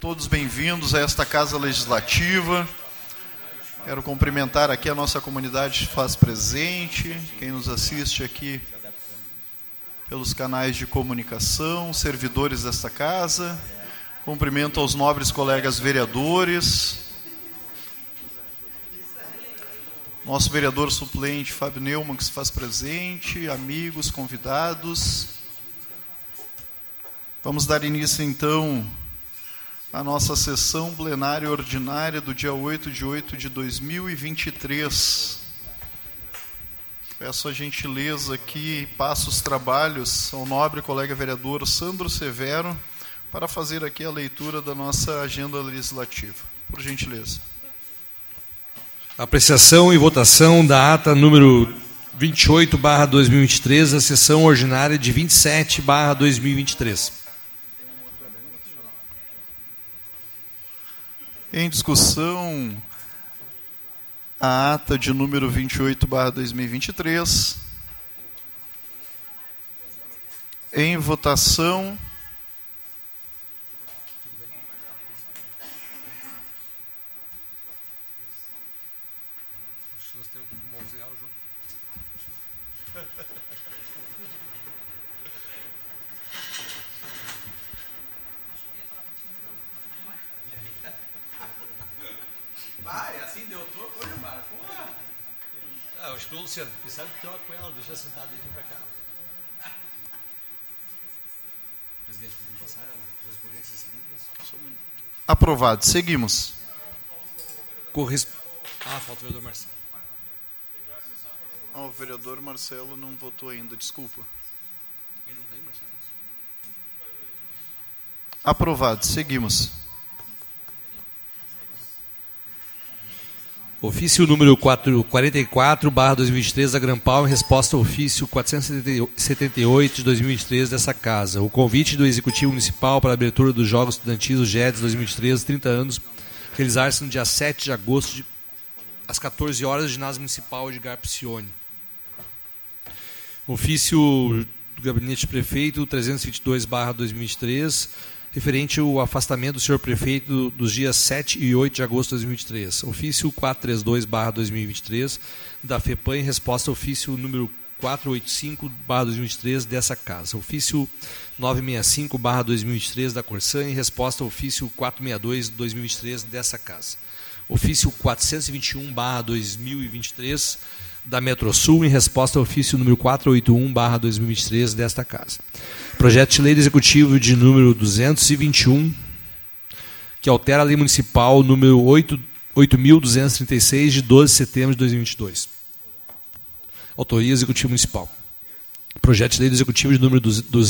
Todos bem-vindos a esta Casa Legislativa. Quero cumprimentar aqui a nossa comunidade que faz presente, quem nos assiste aqui pelos canais de comunicação, servidores desta casa. Cumprimento aos nobres colegas vereadores. Nosso vereador suplente, Fábio Neumann, que se faz presente, amigos, convidados. Vamos dar início, então, à nossa sessão plenária ordinária do dia 8 de 2023. Peço a gentileza aqui, passo os trabalhos ao nobre colega vereador Sandro Severo para fazer aqui a leitura da nossa agenda legislativa. Por gentileza. Apreciação e votação da ata número 28/2023, a sessão ordinária de 27/2023. Em discussão, a ata de número 28/2023. Em votação. Acho que o Luciano, você sabe que troca com ela, deixa sentado e vem para cá. Presidente, podemos passar correspondências seguidas? Aprovado. Seguimos. Falta o vereador Marcelo. O vereador Marcelo não votou ainda, desculpa. Ele não está aí, Marcelo? Aprovado. Seguimos. Ofício número 44/2023 da Grampal, em resposta ao ofício 478 de 2023 dessa Casa. O convite do Executivo Municipal para a abertura dos Jogos Estudantis, o GEDS 2023, 30 anos, realizar-se no dia 7 de agosto, às 14 horas, no Ginásio Municipal Edgar Piccioni. Ofício do Gabinete Prefeito 322/2023, referente ao afastamento do senhor prefeito dos dias 7 e 8 de agosto de 2023. Ofício 432/2023 da FEPAM, em resposta ao ofício número 485/2023 dessa Casa. Ofício 965/2023 da Corsan, em resposta ao ofício 462/2023 dessa Casa. Ofício 421/2023 da Metrosul, em resposta ao ofício número 481/2023 desta Casa. Projeto de Lei do Executivo de número 221, que altera a Lei Municipal número 8.236, de 12 de setembro de 2022. Autoria Executivo Municipal. Projeto de Lei do Executivo de número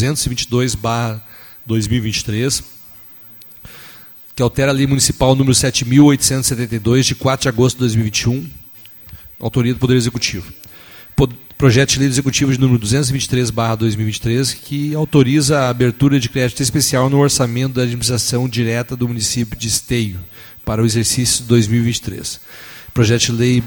222/2023, que altera a Lei Municipal número 7.872, de 4 de agosto de 2021. Autoria do Poder Executivo. Projeto de Lei do Executivo de número 223/2023, que autoriza a abertura de crédito especial no orçamento da administração direta do município de Esteio para o exercício 2023. Projeto de Lei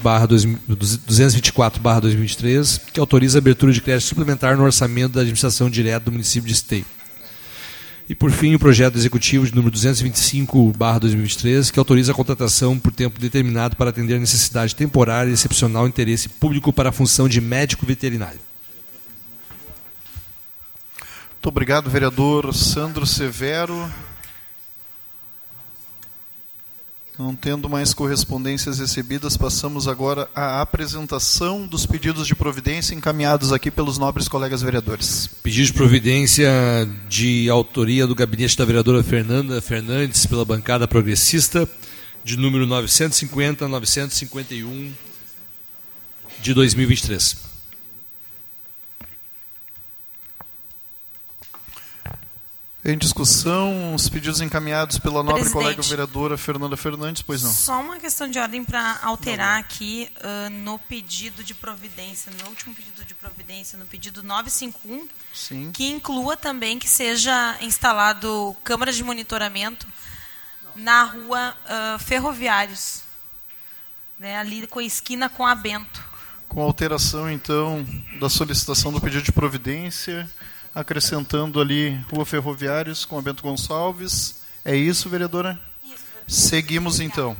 224/2023, que autoriza a abertura de crédito suplementar no orçamento da administração direta do município de Esteio. E, por fim, o projeto executivo de número 225/2023, que autoriza a contratação por tempo determinado para atender a necessidade temporária e excepcional interesse público para a função de médico veterinário. Muito obrigado, vereador Sandro Severo. Não tendo mais correspondências recebidas, passamos agora à apresentação dos pedidos de providência encaminhados aqui pelos nobres colegas vereadores. Pedido de providência de autoria do gabinete da vereadora Fernanda Fernandes, pela bancada progressista, de número 950-951 de 2023. Em discussão, os pedidos encaminhados pela nobre colega vereadora Fernanda Fernandes, pois não. Só uma questão de ordem para alterar aqui no pedido de providência, no último pedido de providência, no pedido 951, Sim. Que inclua também que seja instalado câmara de monitoramento na rua Ferroviários, né, ali com a esquina com a Bento. Com alteração, então, da solicitação do pedido de providência, acrescentando ali Rua Ferroviários com a Bento Gonçalves É isso, vereadora? Isso. Seguimos, então.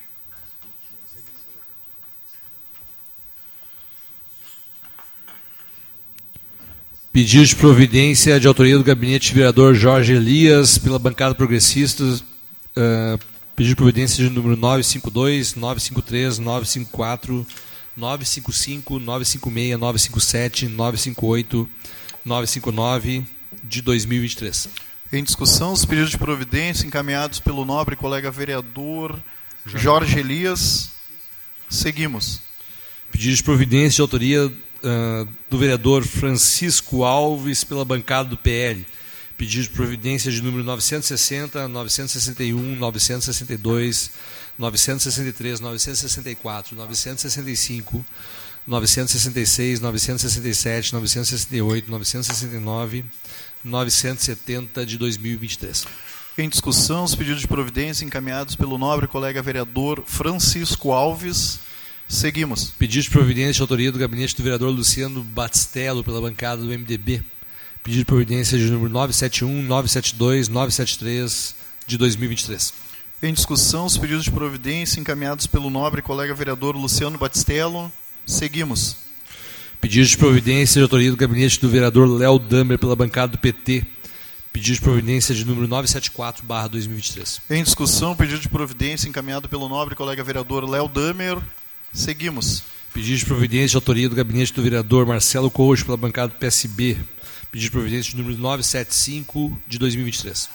Pedido de providência de autoria do gabinete do vereador Jorge Elias, pela bancada progressista. Pedido de providência de número 952, 953, 954, 955, 956, 957, 958, 959, de 2023. Em discussão, os pedidos de providência encaminhados pelo nobre colega vereador Jorge Elias. Seguimos. Pedido de providência de autoria do vereador Francisco Alves, pela bancada do PL. Pedido de providência de número 960, 961, 962, 963, 964, 965, 966, 967, 968, 969, 970, de 2023. Em discussão, os pedidos de providência encaminhados pelo nobre colega vereador Francisco Alves. Seguimos. Pedido de providência de autoria do gabinete do vereador Luciano Batistello, pela bancada do MDB. Pedido de providência de número 971, 972, 973, de 2023. Em discussão, os pedidos de providência encaminhados pelo nobre colega vereador Luciano Batistello. Seguimos. Pedido de providência de autoria do gabinete do vereador Léo Damer, pela bancada do PT. Pedido de providência de número 974/2023. Em discussão, pedido de providência encaminhado pelo nobre colega vereador Léo Damer. Seguimos. Pedido de providência de autoria do gabinete do vereador Marcelo Coach, pela bancada do PSB. Pedido de providência de número 975, de 2023.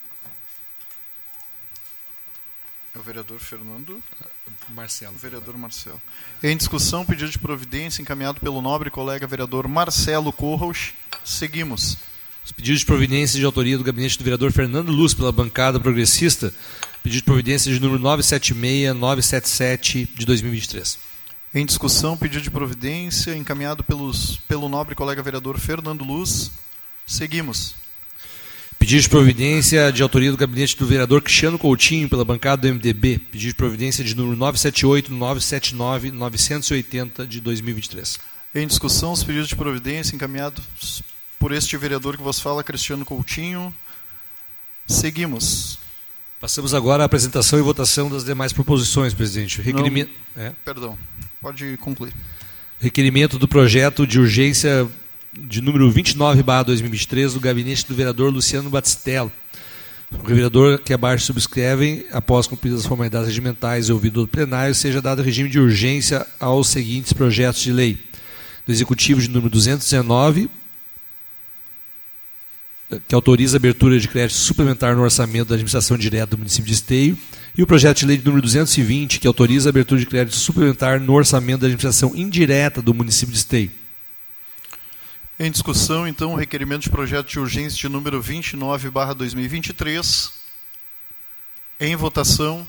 É o vereador Fernando? Marcelo. O vereador Marcelo. Em discussão, pedido de providência encaminhado pelo nobre colega vereador Marcelo Corros. Seguimos. Os pedidos de providência de autoria do gabinete do vereador Fernando Luz, pela bancada progressista. Pedido de providência de número 976, 977, de 2023. Em discussão, pedido de providência encaminhado pelo nobre colega vereador Fernando Luz. Seguimos. Pedido de providência de autoria do gabinete do vereador Cristiano Coutinho, pela bancada do MDB. Pedido de providência de número 978, 979, 980, de 2023. Em discussão, os pedidos de providência encaminhados por este vereador que vos fala, Cristiano Coutinho. Seguimos. Passamos agora à apresentação e votação das demais proposições, presidente. Perdão, pode concluir. Requerimento do projeto de urgência de número 29/2023 do gabinete do vereador Luciano Batistello. O vereador que abaixo subscrevem, após cumpridas as formalidades regimentais e ouvido do plenário, seja dado regime de urgência aos seguintes projetos de lei. Do Executivo de número 219, que autoriza a abertura de crédito suplementar no orçamento da administração direta do município de Esteio, e o projeto de lei de número 220, que autoriza a abertura de crédito suplementar no orçamento da administração indireta do município de Esteio. Em discussão, então, o requerimento de projeto de urgência de número 29/2023. Em votação.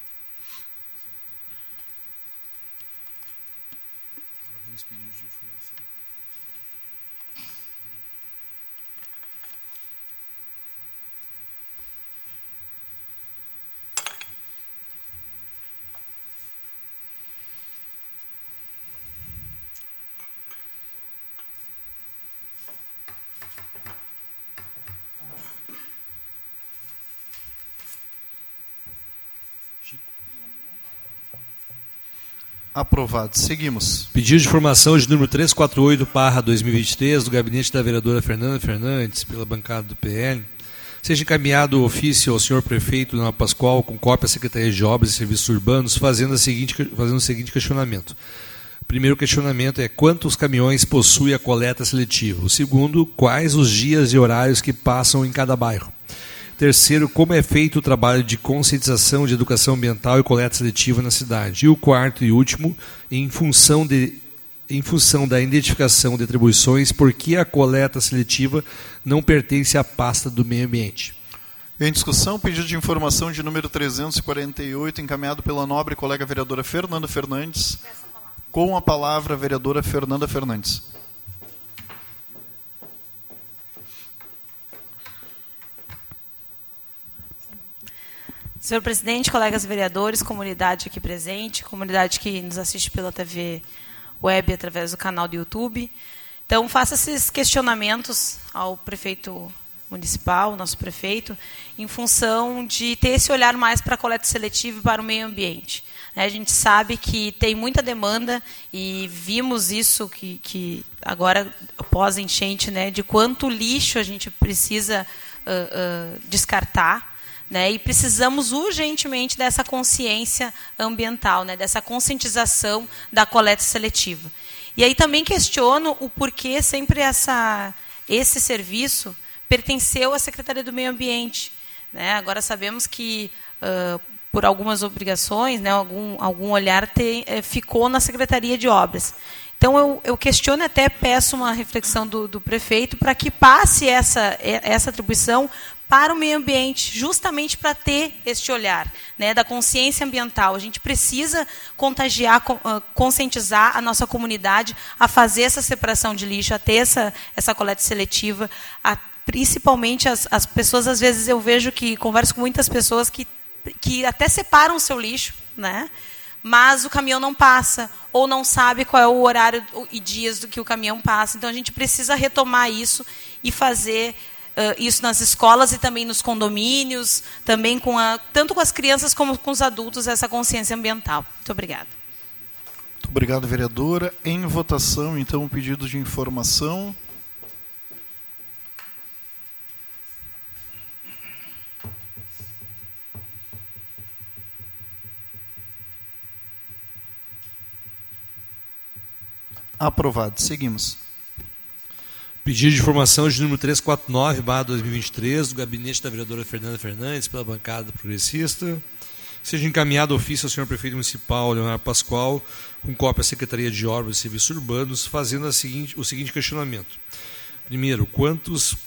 Aprovado. Seguimos. Pedido de informação de número 348/2023 do gabinete da vereadora Fernanda Fernandes, pela bancada do PL. Seja encaminhado o ofício ao senhor prefeito Ana Pascoal, com cópia à Secretaria de Obras e Serviços Urbanos, fazendo o seguinte questionamento. O primeiro questionamento é: quantos caminhões possui a coleta seletiva? O segundo, quais os dias e horários que passam em cada bairro? Terceiro, como é feito o trabalho de conscientização de educação ambiental e coleta seletiva na cidade? E o quarto e último, em função da identificação de atribuições, por que a coleta seletiva não pertence à pasta do meio ambiente? Em discussão, pedido de informação de número 348, encaminhado pela nobre colega vereadora Fernanda Fernandes. Com a palavra, a vereadora Fernanda Fernandes. Senhor presidente, colegas vereadores, comunidade aqui presente, comunidade que nos assiste pela TV web através do canal do YouTube. Então, faça esses questionamentos ao prefeito municipal, o nosso prefeito, em função de ter esse olhar mais para a coleta seletiva e para o meio ambiente. A gente sabe que tem muita demanda e vimos isso que agora, após a enchente, né, de quanto lixo a gente precisa descartar, né, e precisamos urgentemente dessa consciência ambiental, né, dessa conscientização da coleta seletiva. E aí também questiono o porquê sempre esse serviço pertenceu à Secretaria do Meio Ambiente, né? Agora sabemos que, por algumas obrigações, né, algum olhar ficou na Secretaria de Obras. Então, eu questiono e até peço uma reflexão do prefeito para que passe essa atribuição para o meio ambiente, justamente para ter este olhar, né, da consciência ambiental. A gente precisa contagiar, conscientizar a nossa comunidade a fazer essa separação de lixo, a ter essa coleta seletiva, principalmente as pessoas, às vezes eu vejo que, converso com muitas pessoas que até separam o seu lixo, né, mas o caminhão não passa, ou não sabe qual é o horário e dias do que o caminhão passa. Então, a gente precisa retomar isso e fazer isso nas escolas e também nos condomínios, também tanto com as crianças como com os adultos, essa consciência ambiental. Muito obrigada. Muito obrigado, vereadora. Em votação, então, o pedido de informação. Aprovado. Seguimos. Pedido de informação de número 349/2023, do gabinete da vereadora Fernanda Fernandes, pela bancada progressista. Seja encaminhado ofício ao senhor prefeito municipal, Leonardo Pascoal, com cópia à Secretaria de Obras e Serviços Urbanos, fazendo o seguinte questionamento. Primeiro, quantos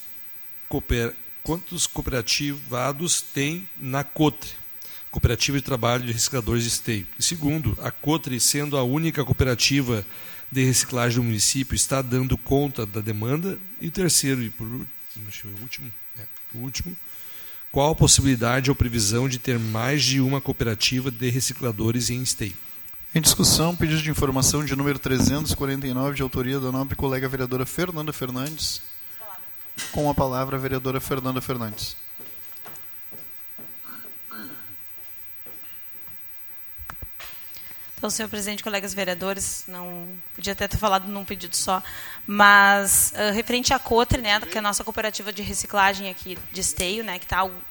cooperativados tem na COTRE, Cooperativa de Trabalho de Recicladores de Esteio? E segundo, a COTRE, sendo a única cooperativa de reciclagem do município, está dando conta da demanda? E terceiro, e por último, qual a possibilidade ou previsão de ter mais de uma cooperativa de recicladores em Esteio? Em discussão, pedido de informação de número 349, de autoria da nobre colega vereadora Fernanda Fernandes. Com a palavra, a vereadora Fernanda Fernandes. Então, senhor presidente, colegas vereadores, não podia até ter falado num pedido só, mas referente à COTRE, né, que é a nossa cooperativa de reciclagem aqui de Esteio, né, que está há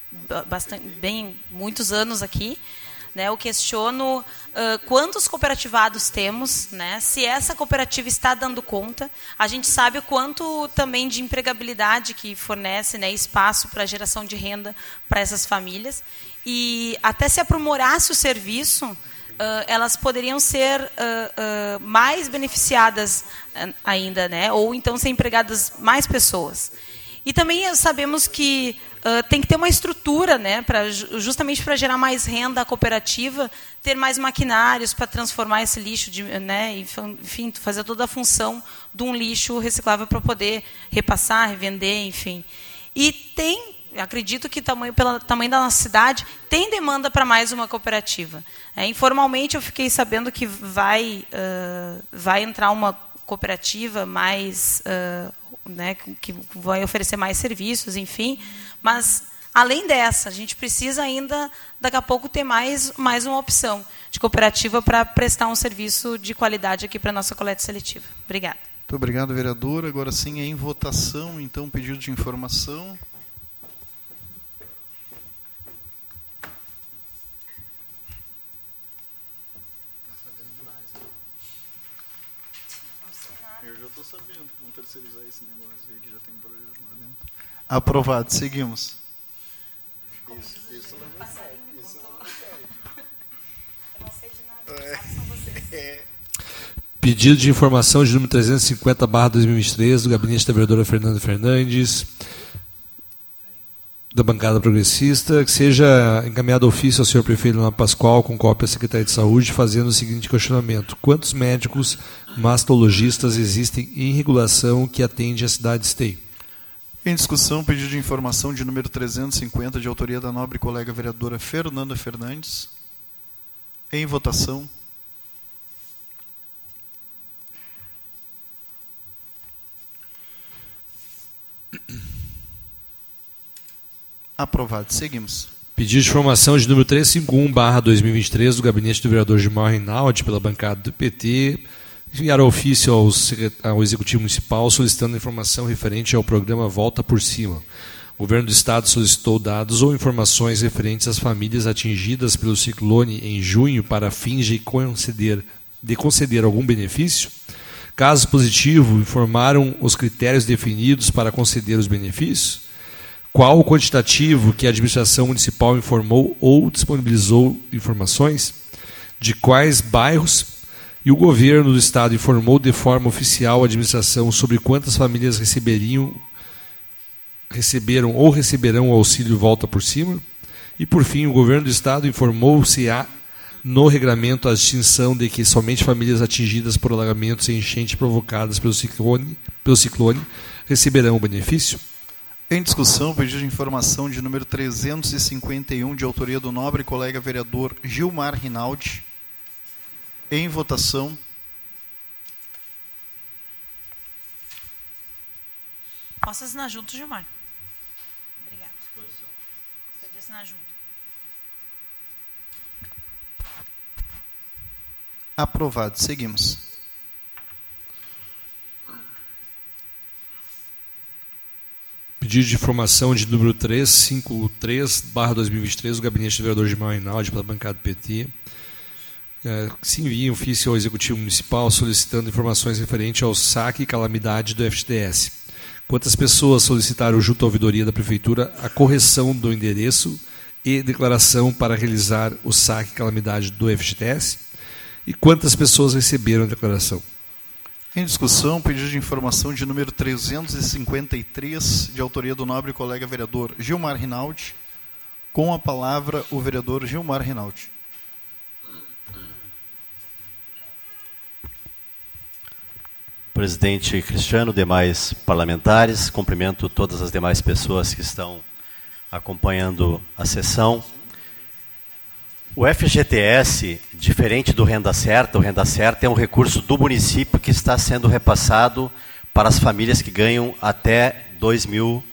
muitos anos aqui, né, eu questiono quantos cooperativados temos, né, se essa cooperativa está dando conta. A gente sabe o quanto também de empregabilidade que fornece, né, espaço para geração de renda para essas famílias, e até se aprimorasse o serviço, elas poderiam ser mais beneficiadas ainda, né? Ou então ser empregadas mais pessoas. E também sabemos que tem que ter uma estrutura, né, justamente para gerar mais renda à cooperativa, ter mais maquinários para transformar esse lixo, né, enfim, fazer toda a função de um lixo reciclável para poder repassar, revender, enfim. E acredito que pelo tamanho da nossa cidade, tem demanda para mais uma cooperativa. Informalmente, eu fiquei sabendo que vai entrar uma cooperativa mais, né, que vai oferecer mais serviços, enfim. Mas, além dessa, a gente precisa ainda, daqui a pouco, ter mais uma opção de cooperativa para prestar um serviço de qualidade aqui para a nossa coleta seletiva. Obrigada. Muito obrigado, vereador. Agora sim, em votação, então, pedido de informação. Eu já estou sabendo que vão terceirizar esse negócio aí, que já tem um projeto lá dentro. Aprovado. Seguimos. Isso não vai sair. Isso não vai sair. Eu não sei de nada, são vocês. Pedido de informação de número 350/2023, do gabinete da vereadora Fernanda Fernandes, da bancada progressista, que seja encaminhado ofício ao senhor prefeito Leonardo Pascoal, com cópia à Secretaria de Saúde, fazendo o seguinte questionamento. Quantos médicos mastologistas existem em regulação que atende a cidade de Esteio? Em discussão, pedido de informação de número 350, de autoria da nobre colega vereadora Fernanda Fernandes. Em votação. Aprovado. Seguimos. Pedido de informação de número 351/2023 do gabinete do vereador Gilmar Rinaldi, pela bancada do PT, enviar ofício ao Executivo Municipal solicitando informação referente ao programa Volta por Cima. O Governo do Estado solicitou dados ou informações referentes às famílias atingidas pelo ciclone em junho para fins de conceder algum benefício? Caso positivo, informaram os critérios definidos para conceder os benefícios? Qual o quantitativo que a administração municipal informou ou disponibilizou informações? De quais bairros? E o governo do Estado informou de forma oficial a administração sobre quantas famílias receberam ou receberão o auxílio Volta por Cima? E, por fim, o governo do Estado informou se há no regramento a distinção de que somente famílias atingidas por alagamentos e enchentes provocadas pelo ciclone receberão o benefício? Em discussão, pedido de informação de número 351, de autoria do nobre colega vereador Gilmar Rinaldi. Em votação. Posso assinar junto, Gilmar? Obrigada. Você de assinar junto. Aprovado. Seguimos. Pedido de informação de número 353/2023 do gabinete do vereador Gilmar Rinaldi, pela bancada do PT. Se envia ofício ao Executivo Municipal solicitando informações referentes ao saque e calamidade do FGTS. Quantas pessoas solicitaram junto à ouvidoria da Prefeitura a correção do endereço e declaração para realizar o saque e calamidade do FGTS? E quantas pessoas receberam a declaração? Em discussão, pedido de informação de número 353, de autoria do nobre colega vereador Gilmar Rinaldi. Com a palavra, o vereador Gilmar Rinaldi. Presidente Cristiano, demais parlamentares, cumprimento todas as demais pessoas que estão acompanhando a sessão. O FGTS, diferente do Renda Certa, o Renda Certa é um recurso do município que está sendo repassado para as famílias que ganham até R$2.000.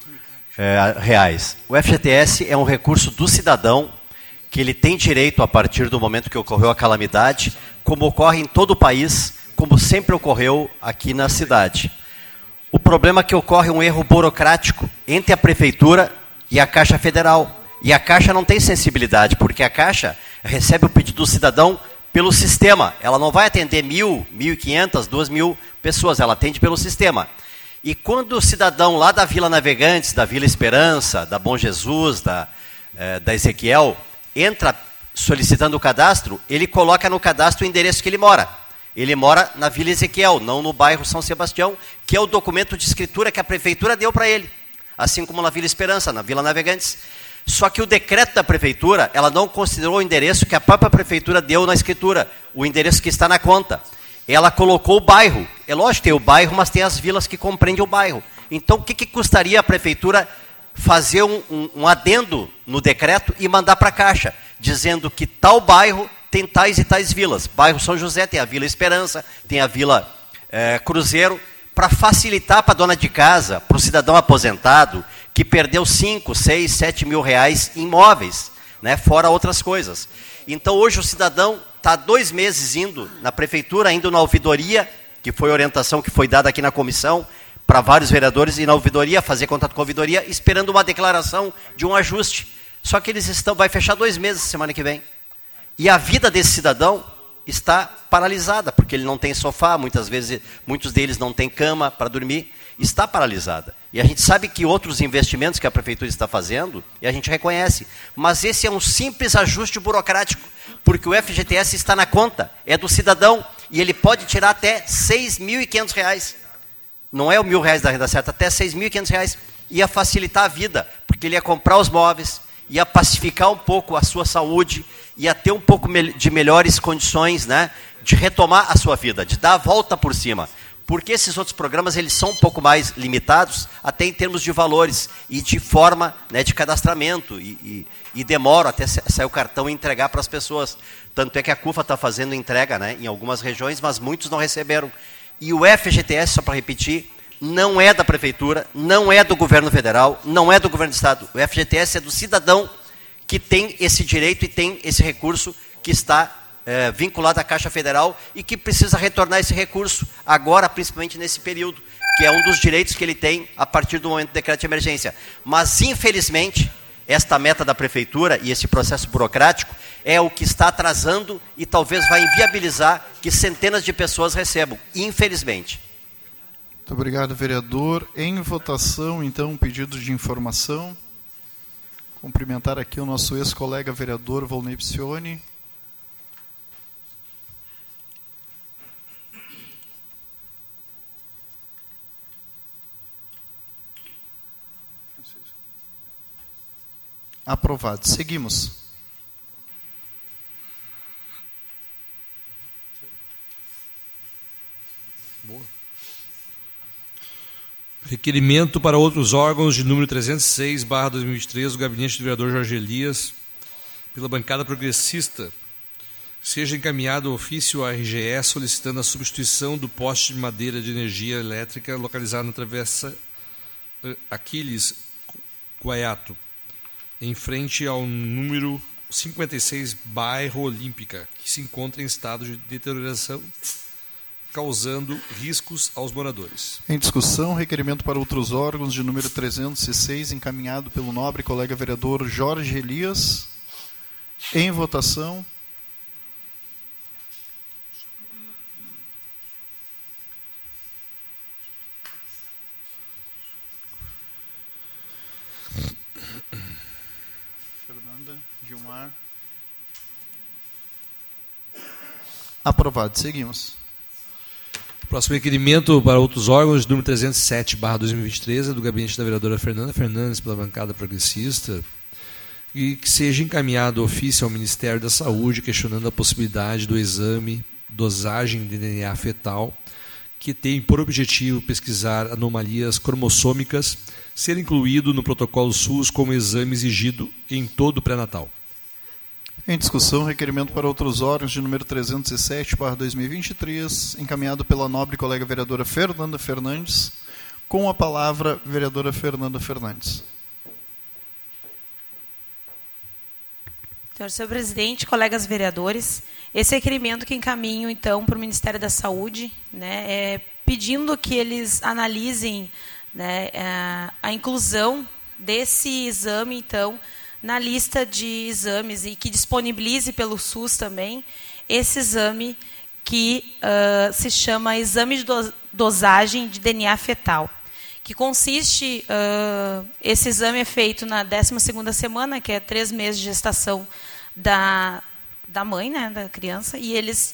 O FGTS é um recurso do cidadão que ele tem direito a partir do momento que ocorreu a calamidade, como ocorre em todo o país, como sempre ocorreu aqui na cidade. O problema é que ocorre um erro burocrático entre a Prefeitura e a Caixa Federal. E a Caixa não tem sensibilidade, porque a Caixa recebe o pedido do cidadão pelo sistema. Ela não vai atender 1.000, 1.500, 2.000 pessoas, ela atende pelo sistema. E quando o cidadão lá da Vila Navegantes, da Vila Esperança, da Bom Jesus, da Ezequiel, entra solicitando o cadastro, ele coloca no cadastro o endereço que ele mora. Ele mora na Vila Ezequiel, não no bairro São Sebastião, que é o documento de escritura que a Prefeitura deu para ele. Assim como na Vila Esperança, na Vila Navegantes. Só que o decreto da Prefeitura, ela não considerou o endereço que a própria Prefeitura deu na escritura, o endereço que está na conta. Ela colocou o bairro. É lógico, tem o bairro, mas tem as vilas que compreendem o bairro. Então, o que custaria a Prefeitura fazer um adendo no decreto e mandar para a Caixa, dizendo que tal bairro tem tais e tais vilas. Bairro São José tem a Vila Esperança, tem a Vila Cruzeiro, para facilitar para a dona de casa, para o cidadão aposentado, que perdeu 5, 6, 7 mil reais em imóveis, né, fora outras coisas. Então, hoje o cidadão está 2 meses indo na Prefeitura, indo na ouvidoria, que foi a orientação que foi dada aqui na comissão, para vários vereadores, ir na ouvidoria, fazer contato com a ouvidoria, esperando uma declaração de um ajuste. Só que vai fechar 2 meses semana que vem. E a vida desse cidadão está paralisada, porque ele não tem sofá, muitos deles não têm cama para dormir, está paralisada. E a gente sabe que outros investimentos que a Prefeitura está fazendo, e a gente reconhece, mas esse é um simples ajuste burocrático, porque o FGTS está na conta, é do cidadão, e ele pode tirar até R$6.500. Não é o R$1.000 da Renda Certa, até R$6.500. Ia facilitar a vida, porque ele ia comprar os móveis, ia pacificar um pouco a sua saúde, ia ter um pouco de melhores condições, né, de retomar a sua vida, de dar a volta por cima. Porque esses outros programas eles são um pouco mais limitados, até em termos de valores e de forma, né, de cadastramento, e demoram até sair o cartão e entregar para as pessoas. Tanto é que a CUFA está fazendo entrega, né, em algumas regiões, mas muitos não receberam. E o FGTS, só para repetir, não é da Prefeitura, não é do Governo Federal, não é do Governo do Estado. O FGTS é do cidadão que tem esse direito e tem esse recurso que está vinculado à Caixa Federal e que precisa retornar esse recurso agora, principalmente nesse período, que é um dos direitos que ele tem a partir do momento do decreto de emergência. Mas, infelizmente, esta meta da Prefeitura e esse processo burocrático é o que está atrasando e talvez vai inviabilizar que centenas de pessoas recebam, infelizmente. Muito obrigado, vereador. Em votação, então, pedido de informação. Cumprimentar aqui o nosso ex-colega vereador Volney Piccioni. Aprovado. Seguimos. Boa. Requerimento para outros órgãos de número 306/2023 do gabinete do vereador Jorge Elias, pela bancada progressista, seja encaminhado ofício à RGE solicitando a substituição do poste de madeira de energia elétrica localizado na travessa Aquiles Guaiato, em frente ao número 56, bairro Olímpica, que se encontra em estado de deterioração, causando riscos aos moradores. Em discussão, requerimento para outros órgãos de número 306, encaminhado pelo nobre colega vereador Jorge Elias. Em votação. Fernanda, Gilmar. Aprovado. Seguimos. Próximo requerimento para outros órgãos, número 307/2023, é do gabinete da vereadora Fernanda Fernandes, pela bancada progressista, e que seja encaminhado ofício ao Ministério da Saúde, questionando a possibilidade do exame dosagem de DNA fetal, que tem por objetivo pesquisar anomalias cromossômicas, ser incluído no protocolo SUS como exame exigido em todo o pré-natal. Em discussão, requerimento para outros órgãos de número 307/2023, encaminhado pela nobre colega vereadora Fernanda Fernandes. Com a palavra, vereadora Fernanda Fernandes. Então, senhor presidente, colegas vereadores, esse requerimento que encaminho, então, para o Ministério da Saúde, né, pedindo que eles analisem, né, a inclusão desse exame, então, na lista de exames e que disponibilize pelo SUS também esse exame que se chama exame de dosagem de DNA fetal, que consiste, esse exame é feito na 12ª semana, que é 3 meses de gestação da mãe, né, da criança, e eles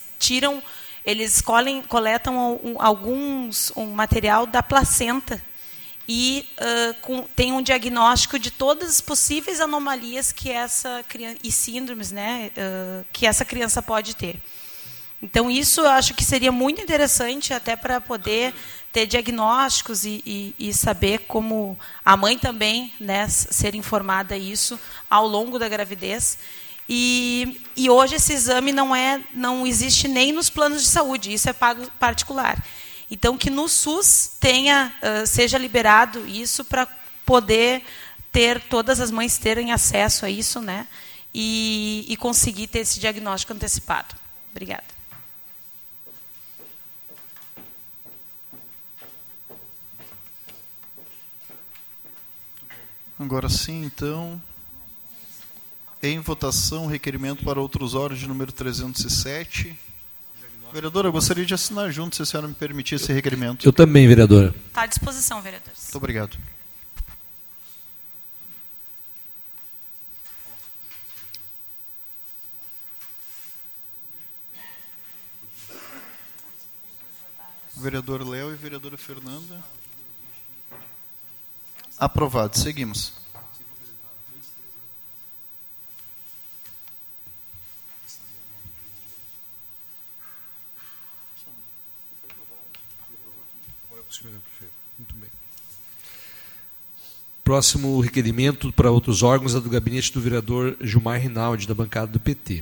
coletam um material da placenta, e tem um diagnóstico de todas as possíveis anomalias que essa criança, e síndromes, né, que essa criança pode ter. Então, isso eu acho que seria muito interessante até para poder ter diagnósticos e saber como a mãe também, né, ser informada isso ao longo da gravidez. E hoje esse exame não existe nem nos planos de saúde, isso é pago particular. Então, que no SUS seja liberado isso para poder ter todas as mães terem acesso a isso, né? E conseguir ter esse diagnóstico antecipado. Obrigada. Agora sim, então, em votação, requerimento para outros órgãos de número 307. Vereadora, eu gostaria de assinar junto, se a senhora me permitir esse requerimento. Eu também, vereadora. Está à disposição, vereadores. Muito obrigado. Vereador Léo e vereadora Fernanda. Aprovado. Seguimos. Muito bem. Próximo requerimento para outros órgãos é do gabinete do vereador Gilmar Rinaldi, da bancada do PT.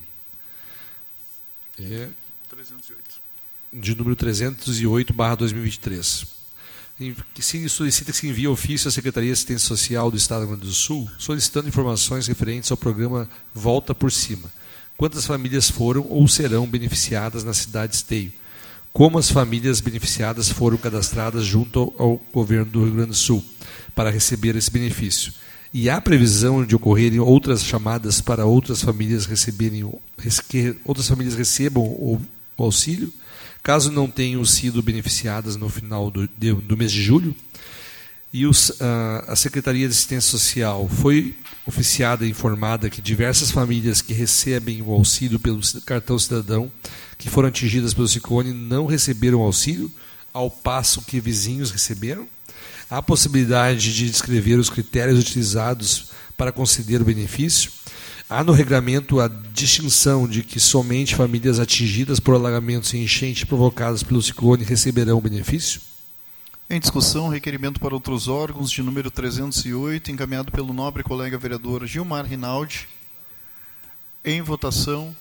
É 308. De número 308/2023. que se solicita que se envie ofício à Secretaria de Assistência Social do Estado do Rio Grande do Sul, solicitando informações referentes ao programa Volta por Cima. Quantas famílias foram ou serão beneficiadas na cidade de Esteio? Como as famílias beneficiadas foram cadastradas junto ao governo do Rio Grande do Sul para receber esse benefício? E há previsão de ocorrerem outras chamadas para outras famílias outras famílias recebam o auxílio, caso não tenham sido beneficiadas no final do mês de julho? E a Secretaria de Assistência Social foi oficiada e informada que diversas famílias que recebem o auxílio pelo cartão cidadão, que foram atingidas pelo ciclone, não receberam auxílio, ao passo que vizinhos receberam? Há possibilidade de descrever os critérios utilizados para conceder o benefício? Há no regulamento a distinção de que somente famílias atingidas por alagamentos e enchentes provocados pelo ciclone receberão o benefício? Em discussão, requerimento para outros órgãos de número 308, encaminhado pelo nobre colega vereador Gilmar Rinaldi. Em votação.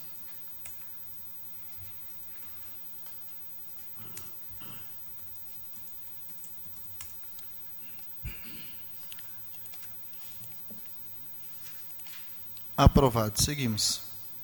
Aprovado. Seguimos.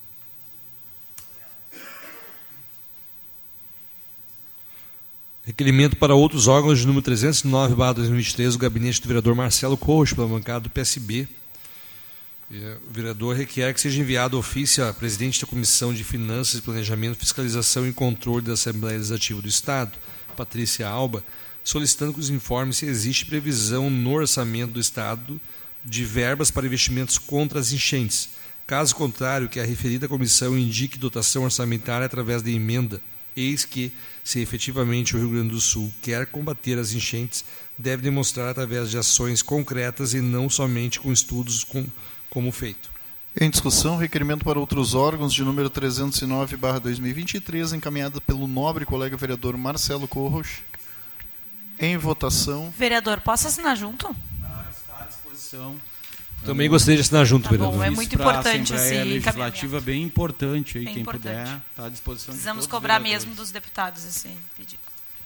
Requerimento para outros órgãos de número 309/2023, do gabinete do vereador Marcelo Corros, pela bancada do PSB. O vereador requer que seja enviado ofício à presidente da Comissão de Finanças, Planejamento, Fiscalização e Controle da Assembleia Legislativa do Estado, Patrícia Alba, solicitando que os informes se existe previsão no orçamento do Estado de verbas para investimentos contra as enchentes. Caso contrário, que a referida comissão indique dotação orçamentária através de emenda. Eis que, se efetivamente o Rio Grande do Sul quer combater as enchentes, deve demonstrar através de ações concretas e não somente com estudos como feito. Em discussão, requerimento para outros órgãos de número 309/2023, encaminhado pelo nobre colega vereador Marcelo Corros. Em votação. Vereador, posso assinar junto? Está à disposição. Também gostaria de assinar junto, Tá vereador. bom, é muito importante esse Assembleia Legislativa, encaminhamento. bem importante aí, Bem quem importante. puder, está à disposição. Precisamos de todos os cobrar vereadores. mesmo dos deputados esse pedido.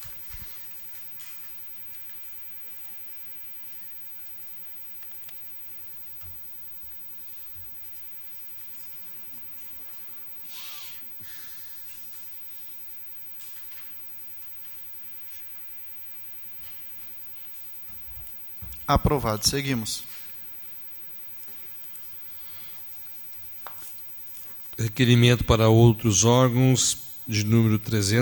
Aprovado. Seguimos. Requerimento para outros órgãos de número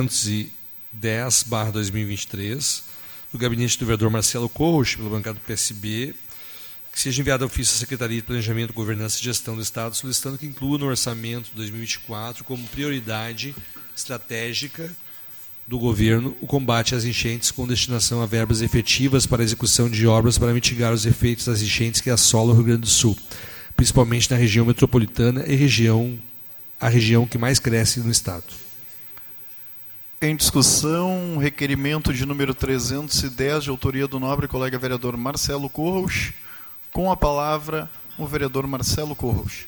310/2023, do gabinete do vereador Marcelo Corros, pela bancada do PSB, que seja enviado ofício à Secretaria de Planejamento, Governança e Gestão do Estado, solicitando que inclua no orçamento de 2024 como prioridade estratégica do governo o combate às enchentes, com destinação a verbas efetivas para a execução de obras para mitigar os efeitos das enchentes que assolam o Rio Grande do Sul, principalmente na região metropolitana e a região que mais cresce no Estado. Em discussão, requerimento de número 310, de autoria do nobre colega vereador Marcelo Corros. Com a palavra, o vereador Marcelo Corros.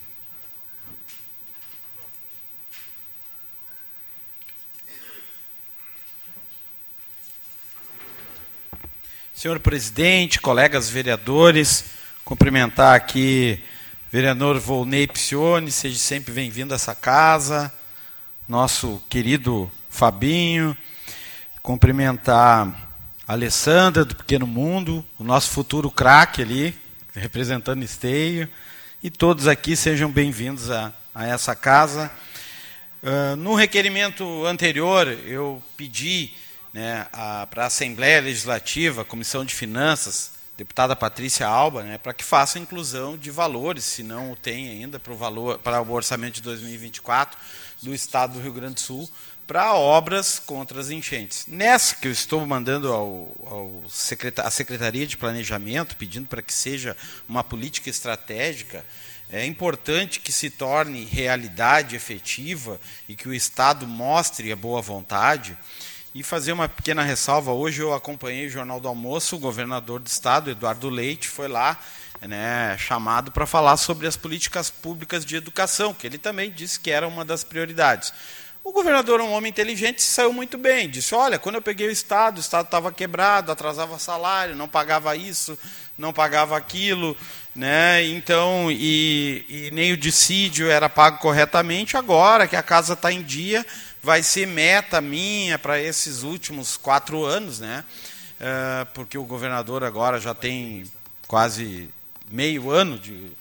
Senhor presidente, colegas vereadores, cumprimentar aqui o vereador Volney Picione, seja sempre bem-vindo a essa casa, nosso querido Fabinho, cumprimentar a Alessandra do Pequeno Mundo, o nosso futuro craque ali, representando Esteio, e todos aqui sejam bem-vindos a essa casa. No requerimento anterior, eu pedi para a Assembleia Legislativa, a Comissão de Finanças, deputada Patrícia Alba, para que faça a inclusão de valores, se não o tem ainda, para o orçamento de 2024 do Estado do Rio Grande do Sul, para obras contra as enchentes. Nessa que eu estou mandando à Secretaria de Planejamento, pedindo para que seja uma política estratégica, é importante que se torne realidade efetiva e que o Estado mostre a boa vontade. E fazer uma pequena ressalva, hoje eu acompanhei o Jornal do Almoço, o governador do Estado, Eduardo Leite, foi lá chamado para falar sobre as políticas públicas de educação, que ele também disse que era uma das prioridades. O governador é um homem inteligente e saiu muito bem. Disse, olha, quando eu peguei o Estado estava quebrado, atrasava salário, não pagava isso, não pagava aquilo, né? Então, e nem o dissídio era pago corretamente. Agora que a casa está em dia, vai ser meta minha para esses últimos 4 anos, né? Porque o governador agora já tem quase meio ano de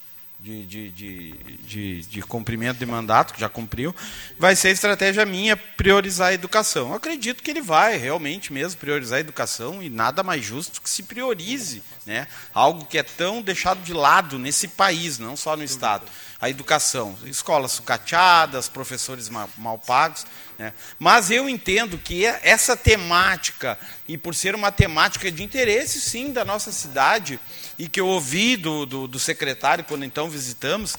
cumprimento de mandato, que já cumpriu. Vai ser estratégia minha priorizar a educação. Eu acredito que ele vai realmente mesmo priorizar a educação, e nada mais justo que se priorize, né, algo que é tão deixado de lado nesse país, não só no Estado. A educação, escolas sucateadas, professores mal pagos, né? Mas eu entendo que essa temática, e por ser uma temática de interesse, sim, da nossa cidade, e que eu ouvi do secretário quando então visitamos,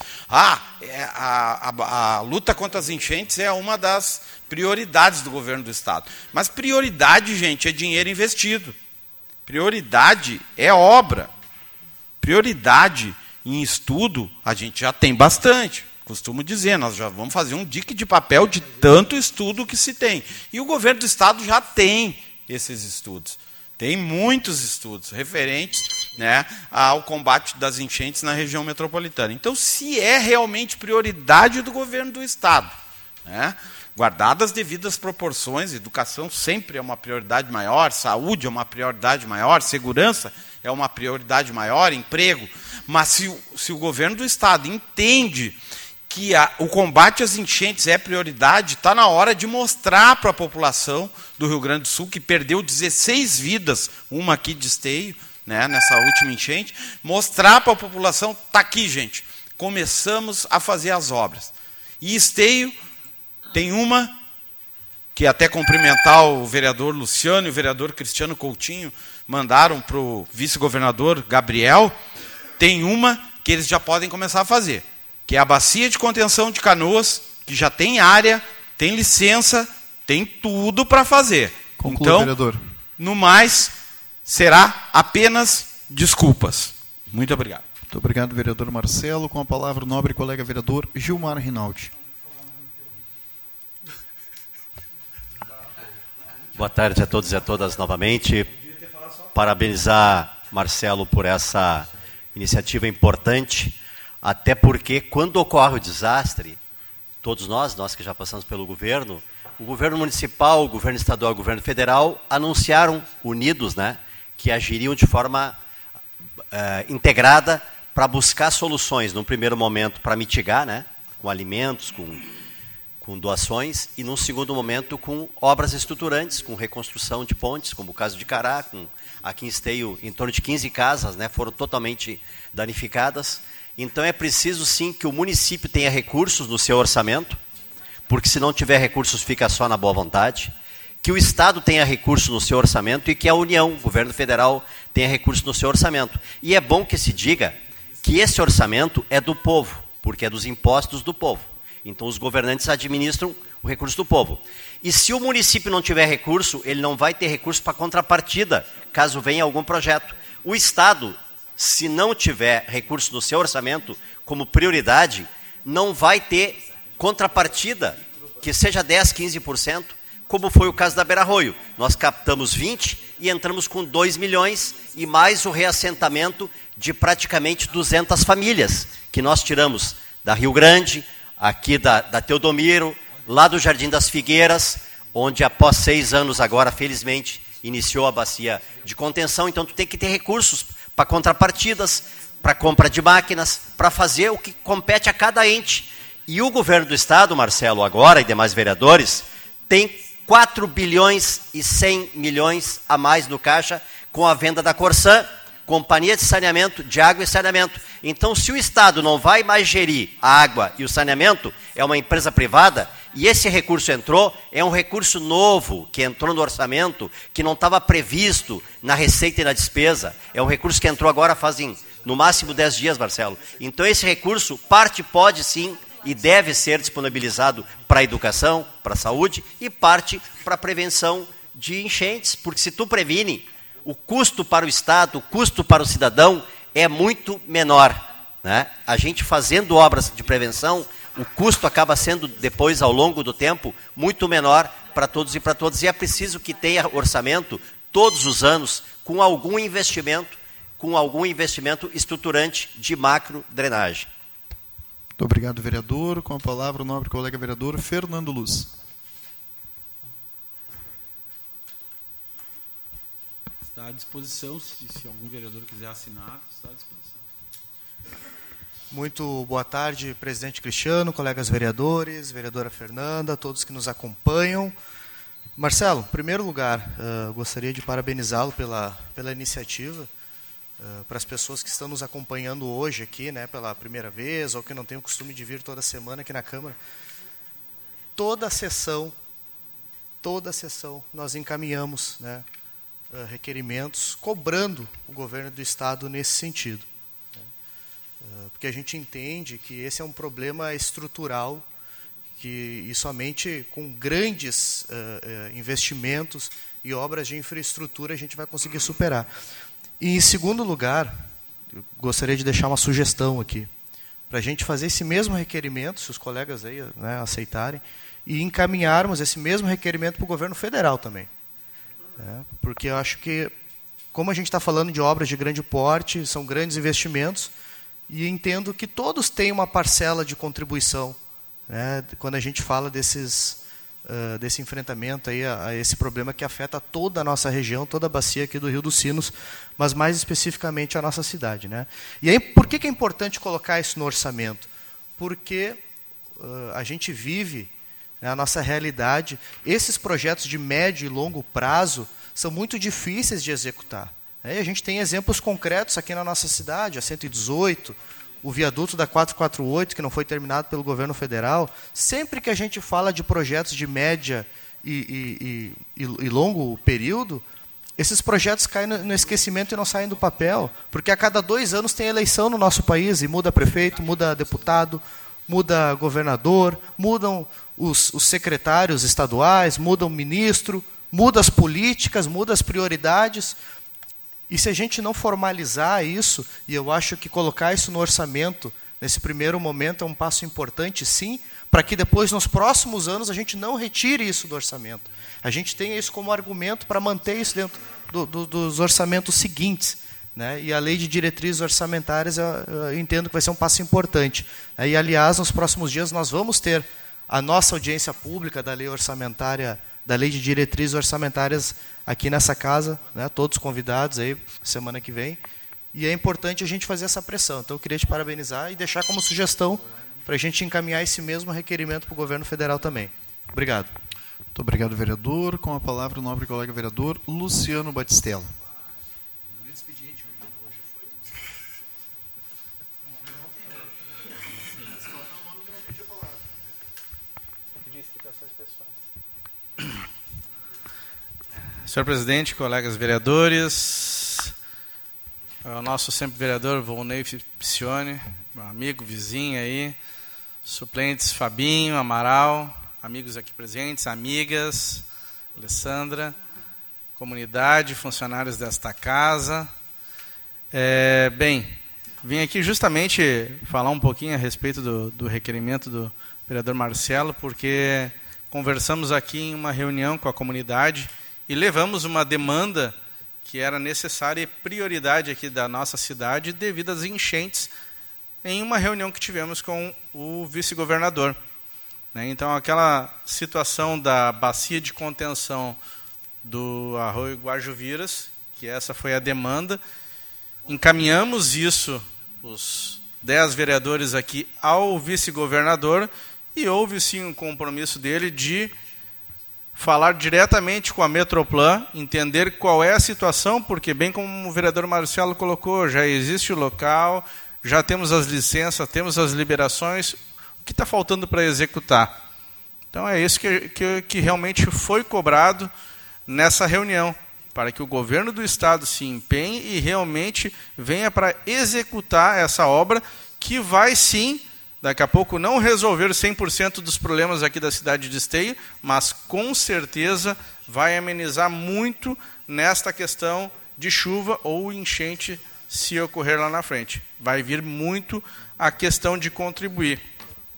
a luta contra as enchentes é uma das prioridades do governo do Estado. Mas prioridade, gente, é dinheiro investido. Prioridade é obra. Prioridade em estudo, a gente já tem bastante. Costumo dizer, nós já vamos fazer um dique de papel de tanto estudo que se tem. E o governo do Estado já tem esses estudos. Tem muitos estudos referentes, né, ao combate das enchentes na região metropolitana. Então, se é realmente prioridade do governo do Estado, né, guardadas as devidas proporções, educação sempre é uma prioridade maior, saúde é uma prioridade maior, segurança é uma prioridade maior, emprego. Mas se o governo do Estado entende que o combate às enchentes é prioridade, está na hora de mostrar para a população do Rio Grande do Sul, que perdeu 16 vidas, uma aqui de Esteio, né, nessa última enchente, mostrar para a população, está aqui, gente, começamos a fazer as obras. E Esteio tem uma, que até cumprimentar o vereador Luciano e o vereador Cristiano Coutinho, mandaram para o vice-governador Gabriel, tem uma que eles já podem começar a fazer, que é a bacia de contenção de Canoas, que já tem área, tem licença, tem tudo para fazer. Conclua, então, vereador. No mais, será apenas desculpas. Muito obrigado. Muito obrigado, vereador Marcelo. Com a palavra o nobre colega vereador Gilmar Rinaldi. Boa tarde a todos e a todas novamente. Parabenizar Marcelo por essa iniciativa importante, até porque quando ocorre o desastre, todos nós que já passamos pelo governo, o governo municipal, o governo estadual e o governo federal anunciaram unidos, né, que agiriam de forma integrada para buscar soluções, num primeiro momento para mitigar, né, com alimentos, com doações, e num segundo momento com obras estruturantes, com reconstrução de pontes, como o caso de Cará, aqui em Esteio, em torno de 15 casas, né, foram totalmente danificadas. Então é preciso sim que o município tenha recursos no seu orçamento, porque se não tiver recursos fica só na boa vontade, que o Estado tenha recursos no seu orçamento e que a União, o governo federal, tenha recursos no seu orçamento. E é bom que se diga que esse orçamento é do povo, porque é dos impostos do povo. Então os governantes administram o recurso do povo. E se o município não tiver recurso, ele não vai ter recurso para contrapartida, caso venha algum projeto. O Estado, se não tiver recurso no seu orçamento como prioridade, não vai ter contrapartida, que seja 10%, 15%, como foi o caso da Beira Arroio. Nós captamos 20 e entramos com 2 milhões e mais o reassentamento de praticamente 200 famílias, que nós tiramos da Rio Grande, aqui da Teodomiro, lá do Jardim das Figueiras, onde após 6 anos agora, felizmente, iniciou a bacia de contenção. Então tu tem que ter recursos para contrapartidas, para compra de máquinas, para fazer o que compete a cada ente. E o governo do Estado, Marcelo, agora, e demais vereadores, tem 4 bilhões e 100 milhões a mais no caixa com a venda da Corsan, Companhia de Saneamento, de Água e Saneamento. Então, se o Estado não vai mais gerir a água e o saneamento, é uma empresa privada, e esse recurso entrou, é um recurso novo que entrou no orçamento, que não estava previsto na receita e na despesa. É um recurso que entrou agora fazem, no máximo, 10 dias, Marcelo. Então, esse recurso, parte pode sim e deve ser disponibilizado para a educação, para a saúde, e parte para a prevenção de enchentes, porque se tu previne, o custo para o Estado, o custo para o cidadão é muito menor, né? A gente fazendo obras de prevenção, o custo acaba sendo, depois, ao longo do tempo, muito menor para todos e para todas. E é preciso que tenha orçamento, todos os anos, com algum investimento estruturante de macro drenagem. Muito obrigado, vereador. Com a palavra, o nobre colega vereador Fernando Luz. Está à disposição, se algum vereador quiser assinar, está à disposição. Muito boa tarde, presidente Cristiano, colegas vereadores, vereadora Fernanda, todos que nos acompanham. Marcelo, em primeiro lugar, gostaria de parabenizá-lo pela iniciativa. Para as pessoas que estão nos acompanhando hoje aqui, né, pela primeira vez, ou que não têm o costume de vir toda semana aqui na Câmara, toda a sessão, nós encaminhamos, né, requerimentos cobrando o governo do Estado nesse sentido. Porque a gente entende que esse é um problema estrutural, e somente com grandes investimentos e obras de infraestrutura a gente vai conseguir superar. E, em segundo lugar, eu gostaria de deixar uma sugestão aqui, para a gente fazer esse mesmo requerimento, se os colegas aí, né, aceitarem, e encaminharmos esse mesmo requerimento para o governo federal também. Porque eu acho que, como a gente está falando de obras de grande porte, são grandes investimentos, e entendo que todos têm uma parcela de contribuição, né, quando a gente fala desse enfrentamento aí a esse problema que afeta toda a nossa região, toda a bacia aqui do Rio dos Sinos, mas mais especificamente a nossa cidade, né? E aí, por que é importante colocar isso no orçamento? Porque a gente vive, né, a nossa realidade, esses projetos de médio e longo prazo são muito difíceis de executar. A gente tem exemplos concretos aqui na nossa cidade, a 118, o viaduto da 448, que não foi terminado pelo governo federal. Sempre que a gente fala de projetos de média e longo período, esses projetos caem no esquecimento e não saem do papel, porque a cada 2 anos tem eleição no nosso país, e muda prefeito, muda deputado, muda governador, mudam os secretários estaduais, muda o ministro, muda as políticas, muda as prioridades. E se a gente não formalizar isso, e eu acho que colocar isso no orçamento, nesse primeiro momento, é um passo importante, sim, para que depois, nos próximos anos, a gente não retire isso do orçamento. A gente tenha isso como argumento para manter isso dentro dos orçamentos seguintes, né? E a lei de diretrizes orçamentárias, eu entendo que vai ser um passo importante. E, aliás, nos próximos dias, nós vamos ter a nossa audiência pública da lei orçamentária, da lei de diretrizes orçamentárias aqui nessa casa, né, todos convidados aí semana que vem, e é importante a gente fazer essa pressão. Então eu queria te parabenizar e deixar como sugestão para a gente encaminhar esse mesmo requerimento para o governo federal também. Obrigado. Muito obrigado, vereador. Com a palavra o nobre colega vereador Luciano Batistella. Senhor presidente, colegas vereadores, o nosso sempre vereador Volney Picione, meu amigo, vizinho aí, suplentes Fabinho, Amaral, amigos aqui presentes, amigas, Alessandra, comunidade, funcionários desta casa. Bem, vim aqui justamente falar um pouquinho a respeito do requerimento do vereador Marcelo, porque conversamos aqui em uma reunião com a comunidade e levamos uma demanda que era necessária e prioridade aqui da nossa cidade devido às enchentes em uma reunião que tivemos com o vice-governador. Então, aquela situação da bacia de contenção do Arroio Guajuviras, que essa foi a demanda, encaminhamos isso, os 10 vereadores aqui, ao vice-governador, e houve sim um compromisso dele de falar diretamente com a Metroplan, entender qual é a situação, porque, bem como o vereador Marcelo colocou, já existe o local, já temos as licenças, temos as liberações, o que está faltando para executar? Então, é isso que realmente foi cobrado nessa reunião, para que o governo do Estado se empenhe e realmente venha para executar essa obra, que vai sim, daqui a pouco, não resolver 100% dos problemas aqui da cidade de Esteio, mas com certeza vai amenizar muito nesta questão de chuva ou enchente, se ocorrer lá na frente. Vai vir muito a questão de contribuir.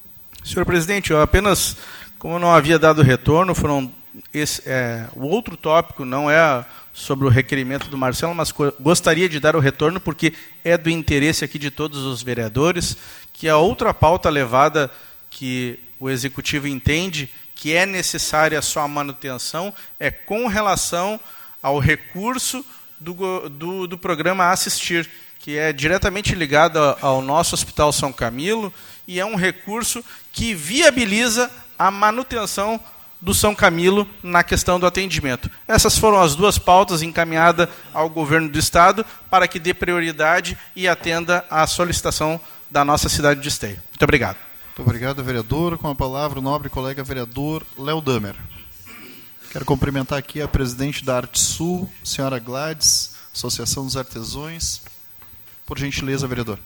Senhor presidente, eu apenas, como não havia dado retorno, o outro tópico não é sobre o requerimento do Marcelo, mas gostaria de dar o retorno porque é do interesse aqui de todos os vereadores, que a outra pauta levada que o Executivo entende que é necessária a sua manutenção é com relação ao recurso do programa Assistir, que é diretamente ligado ao nosso Hospital São Camilo, e é um recurso que viabiliza a manutenção do São Camilo na questão do atendimento. Essas foram as duas pautas encaminhadas ao governo do Estado para que dê prioridade e atenda à solicitação da nossa cidade de Esteio. Muito obrigado. Muito obrigado, vereador. Com a palavra, o nobre colega vereador Léo Damer. Quero cumprimentar aqui a presidente da Arte Sul, senhora Gladys, Associação dos Artesãos. Por gentileza, vereador.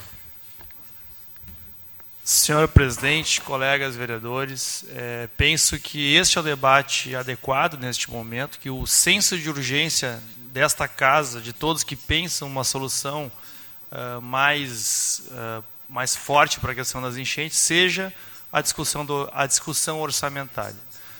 Senhor presidente, colegas vereadores, penso que este é o debate adequado neste momento, que o senso de urgência desta casa, de todos que pensam uma solução mais forte para a questão das enchentes, seja a discussão orçamentária.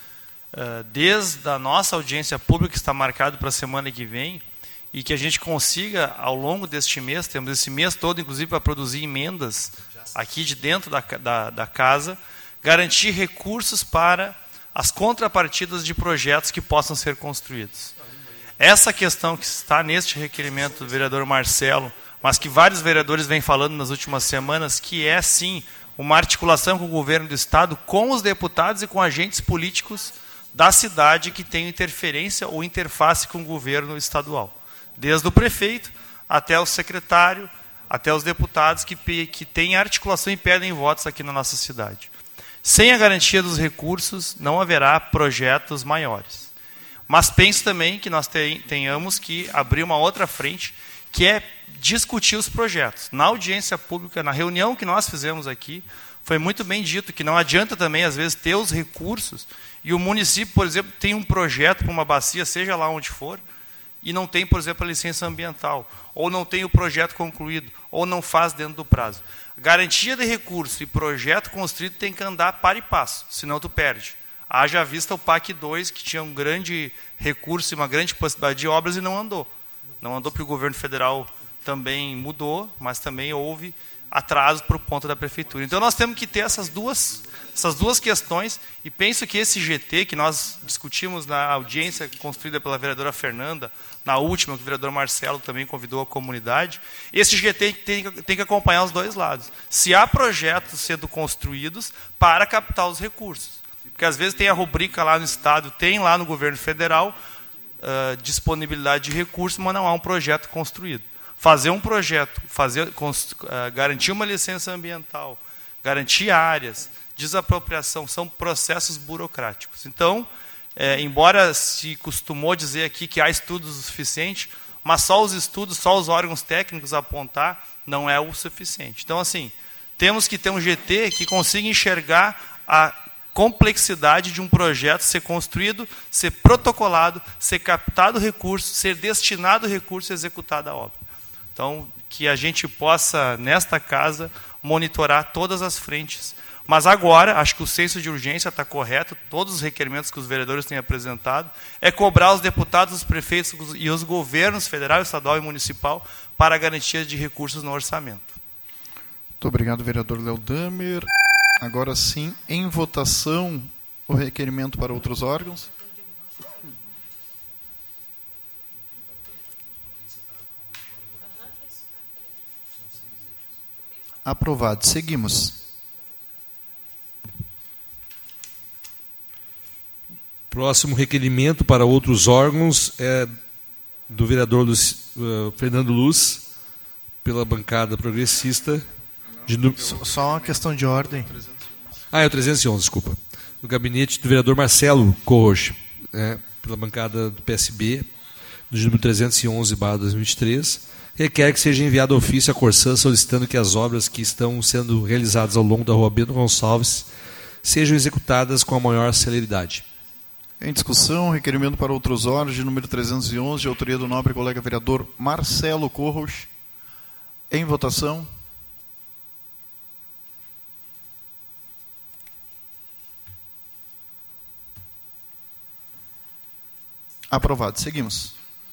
Desde a nossa audiência pública, que está marcada para a semana que vem, e que a gente consiga, ao longo deste mês, temos esse mês todo, inclusive, para produzir emendas aqui de dentro da casa, garantir recursos para as contrapartidas de projetos que possam ser construídos. Essa questão que está neste requerimento do vereador Marcelo, mas que vários vereadores vêm falando nas últimas semanas, que é, sim, uma articulação com o governo do Estado, com os deputados e com agentes políticos da cidade que têm interferência ou interface com o governo estadual. Desde o prefeito até o secretário, até os deputados que têm articulação e pedem votos aqui na nossa cidade. Sem a garantia dos recursos, não haverá projetos maiores. Mas penso também que nós tenhamos que abrir uma outra frente, que é discutir os projetos. Na audiência pública, na reunião que nós fizemos aqui, foi muito bem dito que não adianta também, às vezes, ter os recursos e o município, por exemplo, tem um projeto para uma bacia, seja lá onde for, e não tem, por exemplo, a licença ambiental, ou não tem o projeto concluído, ou não faz dentro do prazo. Garantia de recurso e projeto construído tem que andar par e passo, senão tu perde. Haja vista o PAC 2, que tinha um grande recurso e uma grande possibilidade de obras e não andou. Não andou porque o governo federal também mudou, mas também houve atraso por conta da prefeitura. Então nós temos que ter essas duas questões, e penso que esse GT, que nós discutimos na audiência construída pela vereadora Fernanda, na última, que o vereador Marcelo também convidou a comunidade, esse GT tem que acompanhar os dois lados. Se há projetos sendo construídos para captar os recursos. Porque às vezes tem a rubrica lá no Estado, tem lá no governo federal, disponibilidade de recursos, mas não há um projeto construído. Fazer um projeto, garantir uma licença ambiental, garantir áreas, desapropriação, são processos burocráticos. Então, embora se costumou dizer aqui que há estudos o suficiente, mas só os estudos, só os órgãos técnicos apontar, não é o suficiente. Então, assim, temos que ter um GT que consiga enxergar a complexidade de um projeto ser construído, ser protocolado, ser captado recurso, ser destinado recurso e executada a obra. Então, que a gente possa, nesta casa, monitorar todas as frentes. Mas agora, acho que o senso de urgência está correto, todos os requerimentos que os vereadores têm apresentado, é cobrar os deputados, os prefeitos e os governos federal, estadual e municipal para a garantia de recursos no orçamento. Muito obrigado, vereador Léo Damer. Agora sim, em votação, o requerimento para outros órgãos. Aprovado. Seguimos. Próximo requerimento para outros órgãos é do vereador Fernando Luz, pela bancada progressista. Só uma questão de ordem. É o 311, desculpa. Do gabinete do vereador Marcelo Corroche, pela bancada do PSB, do número 311/2023, requer que seja enviado ofício à Corsã solicitando que as obras que estão sendo realizadas ao longo da Rua Bento Gonçalves sejam executadas com a maior celeridade. Em discussão, requerimento para outros órgãos, de número 311, de autoria do nobre colega vereador Marcelo Corroche. Em votação. Aprovado. Seguimos.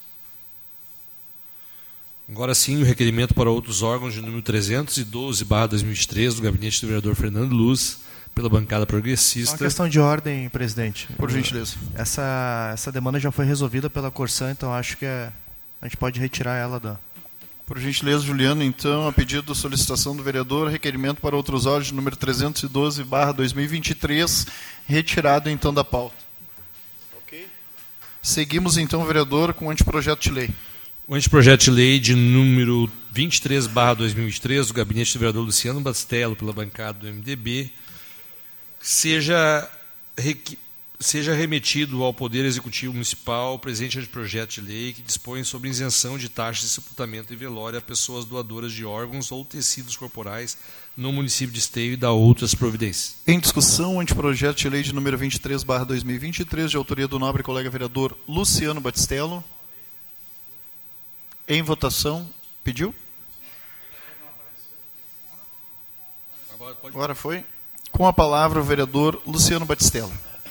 Agora sim, o requerimento para outros órgãos de número 312/2023 do gabinete do vereador Fernando Luz, pela bancada progressista. Uma questão de ordem, presidente. Por gentileza. Essa demanda já foi resolvida pela Corsan, então acho que a gente pode retirar ela da... Por gentileza, Juliano, então, a pedido de solicitação do vereador, requerimento para outros órgãos de número 312/2023, retirado então da pauta. Ok. Seguimos então, vereador, com o anteprojeto de lei. O anteprojeto de lei de número 23/2023 do gabinete do vereador Luciano Bastello, pela bancada do MDB, seja remetido ao Poder Executivo Municipal o presente anteprojeto de lei que dispõe sobre isenção de taxas de sepultamento e velório a pessoas doadoras de órgãos ou tecidos corporais no município de Esteio e da outras providências. Em discussão, o anteprojeto de lei de número 23/2023, de autoria do nobre colega vereador Luciano Bastello. Em votação. Pediu? Agora foi. Com a palavra o vereador Luciano Bastello.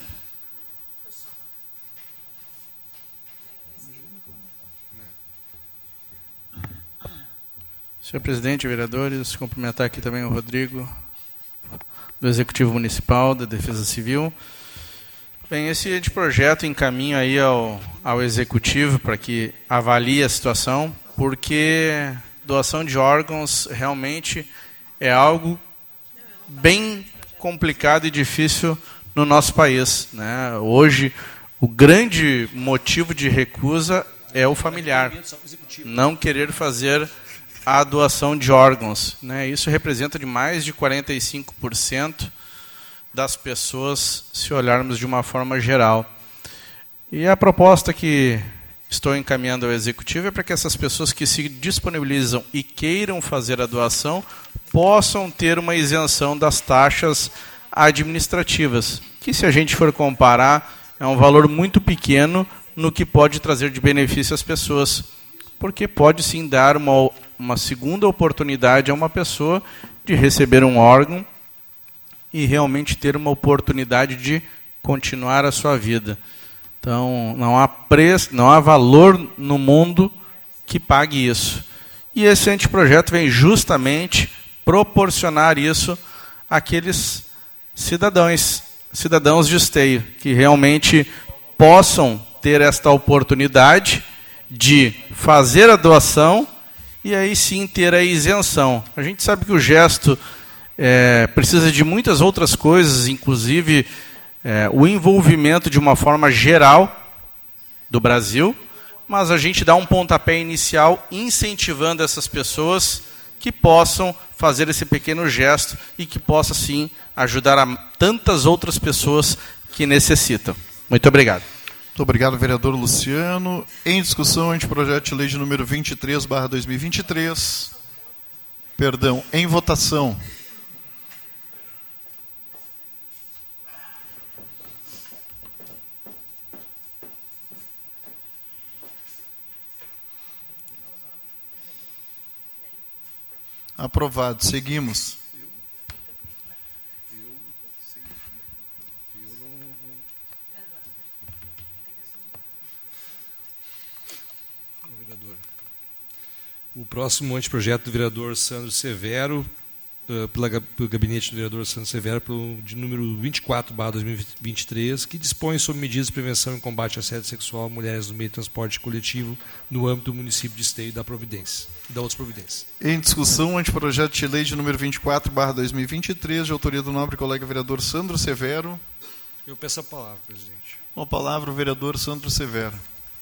Senhor presidente, vereadores, cumprimentar aqui também o Rodrigo, do Executivo Municipal, da Defesa Civil. Bem, esse anteprojeto encaminha aí ao Executivo para que avalie a situação, porque doação de órgãos realmente é algo bem complicado e difícil no nosso país, né? Hoje, o grande motivo de recusa é o familiar, não querer fazer a doação de órgãos, né? Isso representa de mais de 45% das pessoas, se olharmos de uma forma geral. E a proposta que estou encaminhando ao Executivo é para que essas pessoas que se disponibilizam e queiram fazer a doação possam ter uma isenção das taxas administrativas, que, se a gente for comparar, é um valor muito pequeno no que pode trazer de benefício às pessoas, porque pode sim dar uma segunda oportunidade a uma pessoa de receber um órgão e realmente ter uma oportunidade de continuar a sua vida. Então, não há valor no mundo que pague isso. E esse anteprojeto vem justamente proporcionar isso àqueles cidadãos de Esteio, que realmente possam ter esta oportunidade de fazer a doação e aí sim ter a isenção. A gente sabe que o gesto precisa de muitas outras coisas, inclusive o envolvimento de uma forma geral do Brasil, mas a gente dá um pontapé inicial incentivando essas pessoas que possam fazer esse pequeno gesto e que possa sim ajudar a tantas outras pessoas que necessitam. Muito obrigado. Muito obrigado, vereador Luciano. Em discussão, anteprojeto de lei de número 23/2023. Perdão, em votação. Aprovado. Seguimos. O próximo anteprojeto do vereador Sandro Severo, pelo gabinete do vereador Sandro Severo, de número 24/2023, que dispõe sobre medidas de prevenção e combate ao assédio sexual a mulheres no meio de transporte coletivo no âmbito do município de Esteio e da outras providências. Em discussão, anteprojeto de lei de número 24/2023, de autoria do nobre colega vereador Sandro Severo. Eu peço a palavra, presidente. Com a palavra o vereador Sandro Severo.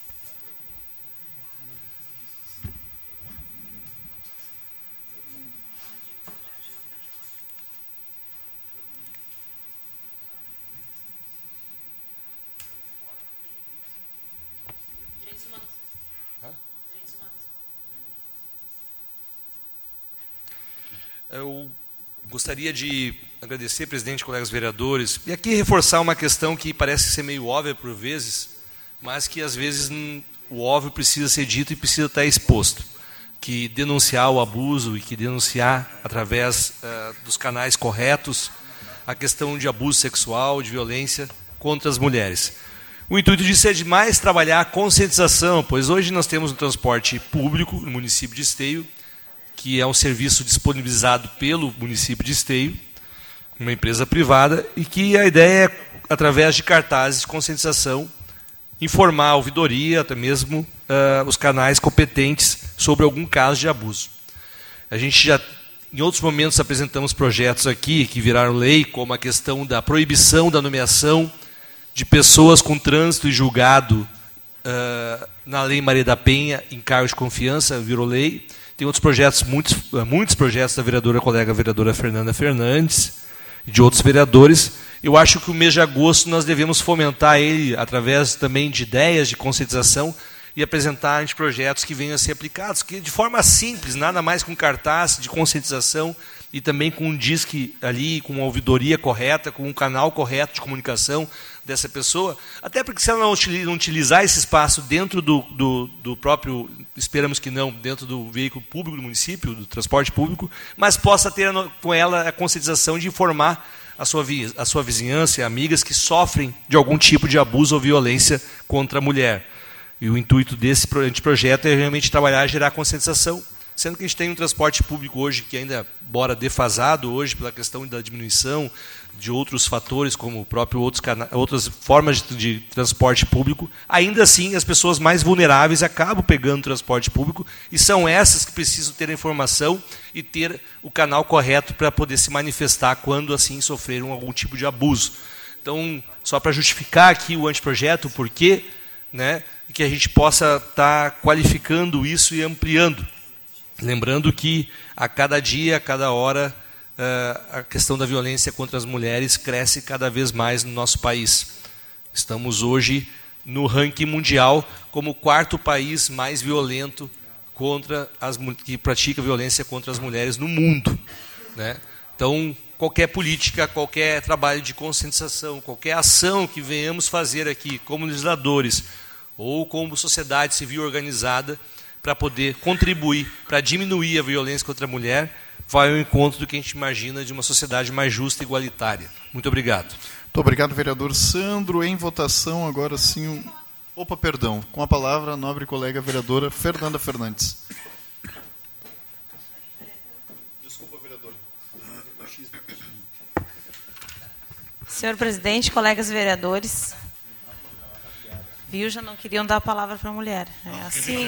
Eu gostaria de agradecer, presidente, colegas vereadores, e aqui reforçar uma questão que parece ser meio óbvia por vezes, mas que às vezes o óbvio precisa ser dito e precisa estar exposto. Que denunciar o abuso e que denunciar através dos canais corretos a questão de abuso sexual, de violência contra as mulheres. O intuito disso é de mais trabalhar a conscientização, pois hoje nós temos um transporte público no município de Esteio, que é um serviço disponibilizado pelo município de Esteio, uma empresa privada, e que a ideia é, através de cartazes de conscientização, informar a ouvidoria, até mesmo os canais competentes sobre algum caso de abuso. A gente já, em outros momentos, apresentamos projetos aqui que viraram lei, como a questão da proibição da nomeação de pessoas com trânsito e julgado na Lei Maria da Penha, em cargos de confiança, virou lei. Tem outros projetos, muitos projetos da colega vereadora Fernanda Fernandes e de outros vereadores. Eu acho que o mês de agosto nós devemos fomentar ele através também de ideias de conscientização e apresentar projetos que venham a ser aplicados, que de forma simples, nada mais com cartaz de conscientização e também com um disque ali, com uma ouvidoria correta, com um canal correto de comunicação dessa pessoa, até porque se ela não utilizar esse espaço dentro do próprio, esperamos que não, dentro do veículo público do município, do transporte público, mas possa ter com ela a conscientização de informar a sua vizinhança e amigas que sofrem de algum tipo de abuso ou violência contra a mulher. E o intuito desse projeto é realmente trabalhar e gerar conscientização, sendo que a gente tem um transporte público hoje que ainda, embora defasado hoje pela questão da diminuição de outros fatores, como o próprio outras formas de transporte público, ainda assim as pessoas mais vulneráveis acabam pegando o transporte público e são essas que precisam ter a informação e ter o canal correto para poder se manifestar quando assim sofreram algum tipo de abuso. Então, só para justificar aqui o anteprojeto, o porquê, né, e que a gente possa estar qualificando isso e ampliando. Lembrando que a cada dia, a cada hora, a questão da violência contra as mulheres cresce cada vez mais no nosso país. Estamos hoje no ranking mundial como o 4º país mais violento que pratica violência contra as mulheres no mundo, né? Então, qualquer política, qualquer trabalho de conscientização, qualquer ação que venhamos fazer aqui como legisladores ou como sociedade civil organizada para poder contribuir para diminuir a violência contra a mulher, vai ao encontro do que a gente imagina de uma sociedade mais justa e igualitária. Muito obrigado. Muito obrigado, vereador Sandro. Em votação, agora sim... Opa, perdão. Com a palavra, a nobre colega vereadora Fernanda Fernandes. Desculpa, vereador. Senhor presidente, colegas vereadores, viu, já não queriam dar a palavra para a mulher. É assim.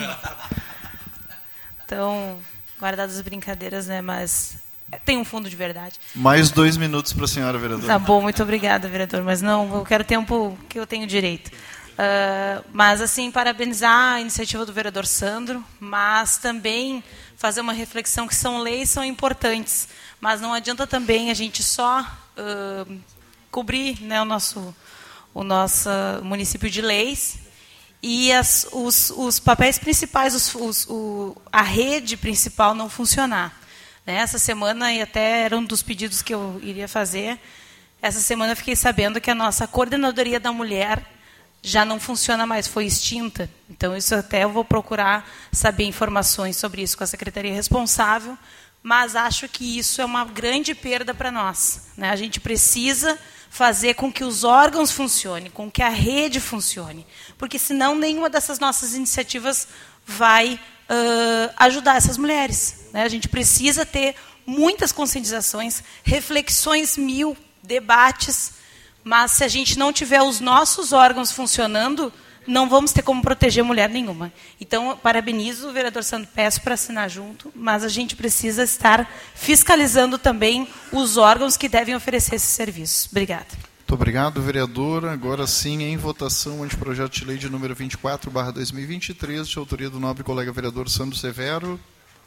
Então, guardadas as brincadeiras, né, mas tem um fundo de verdade. Mais 2 minutos para a senhora, vereadora. Tá bom, muito obrigada, vereador, mas não, eu quero tempo que eu tenho direito. Mas, assim, parabenizar a iniciativa do vereador Sandro, mas também fazer uma reflexão que leis são importantes, mas não adianta também a gente só cobrir, né, o nosso município de leis e os papéis principais, a rede principal não funcionar. Né? Essa semana, e até era um dos pedidos que eu iria fazer, essa semana eu fiquei sabendo que a nossa coordenadoria da mulher já não funciona mais, foi extinta. Então, isso até eu vou procurar saber informações sobre isso com a secretaria responsável, mas acho que isso é uma grande perda para nós. Né? A gente precisa fazer com que os órgãos funcionem, com que a rede funcione, porque senão nenhuma dessas nossas iniciativas vai ajudar essas mulheres. Né? A gente precisa ter muitas conscientizações, reflexões mil, debates, mas se a gente não tiver os nossos órgãos funcionando, não vamos ter como proteger mulher nenhuma. Então, parabenizo o vereador Sandro, peço para assinar junto, mas a gente precisa estar fiscalizando também os órgãos que devem oferecer esses serviços. Obrigada. Muito obrigado, vereadora. Agora sim, em votação, o anteprojeto de lei de número 24/2023, de autoria do nobre colega vereador Sandro Severo.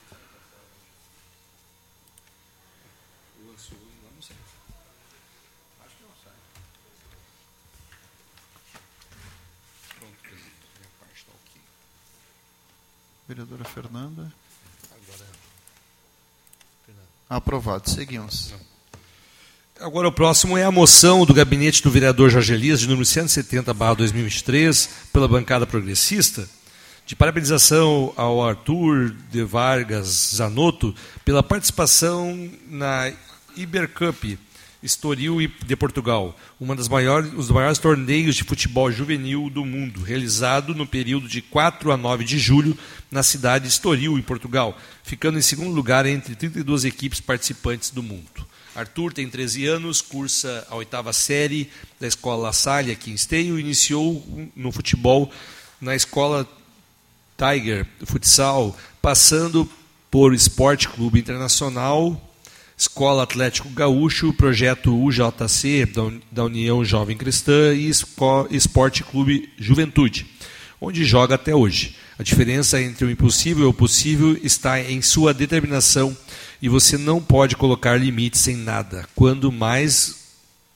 Vereadora Fernanda. Aprovado. Seguimos. Agora o próximo é a moção do gabinete do vereador Jorge Elias, de número 170/2023, pela bancada progressista, de parabenização ao Arthur de Vargas Zanotto pela participação na Ibercup Estoril de Portugal, um dos maiores torneios de futebol juvenil do mundo, realizado no período de 4 a 9 de julho na cidade de Estoril, em Portugal, ficando em segundo lugar entre 32 equipes participantes do mundo. Arthur tem 13 anos, cursa a 8ª série da Escola La Salle, aqui em Esteio, iniciou no futebol na Escola Tiger, futsal, passando por Esporte Clube Internacional, Escola Atlético Gaúcho, Projeto UJC da União Jovem Cristã e Esporte Clube Juventude, onde joga até hoje. A diferença entre o impossível e o possível está em sua determinação e você não pode colocar limites em nada. Quanto mais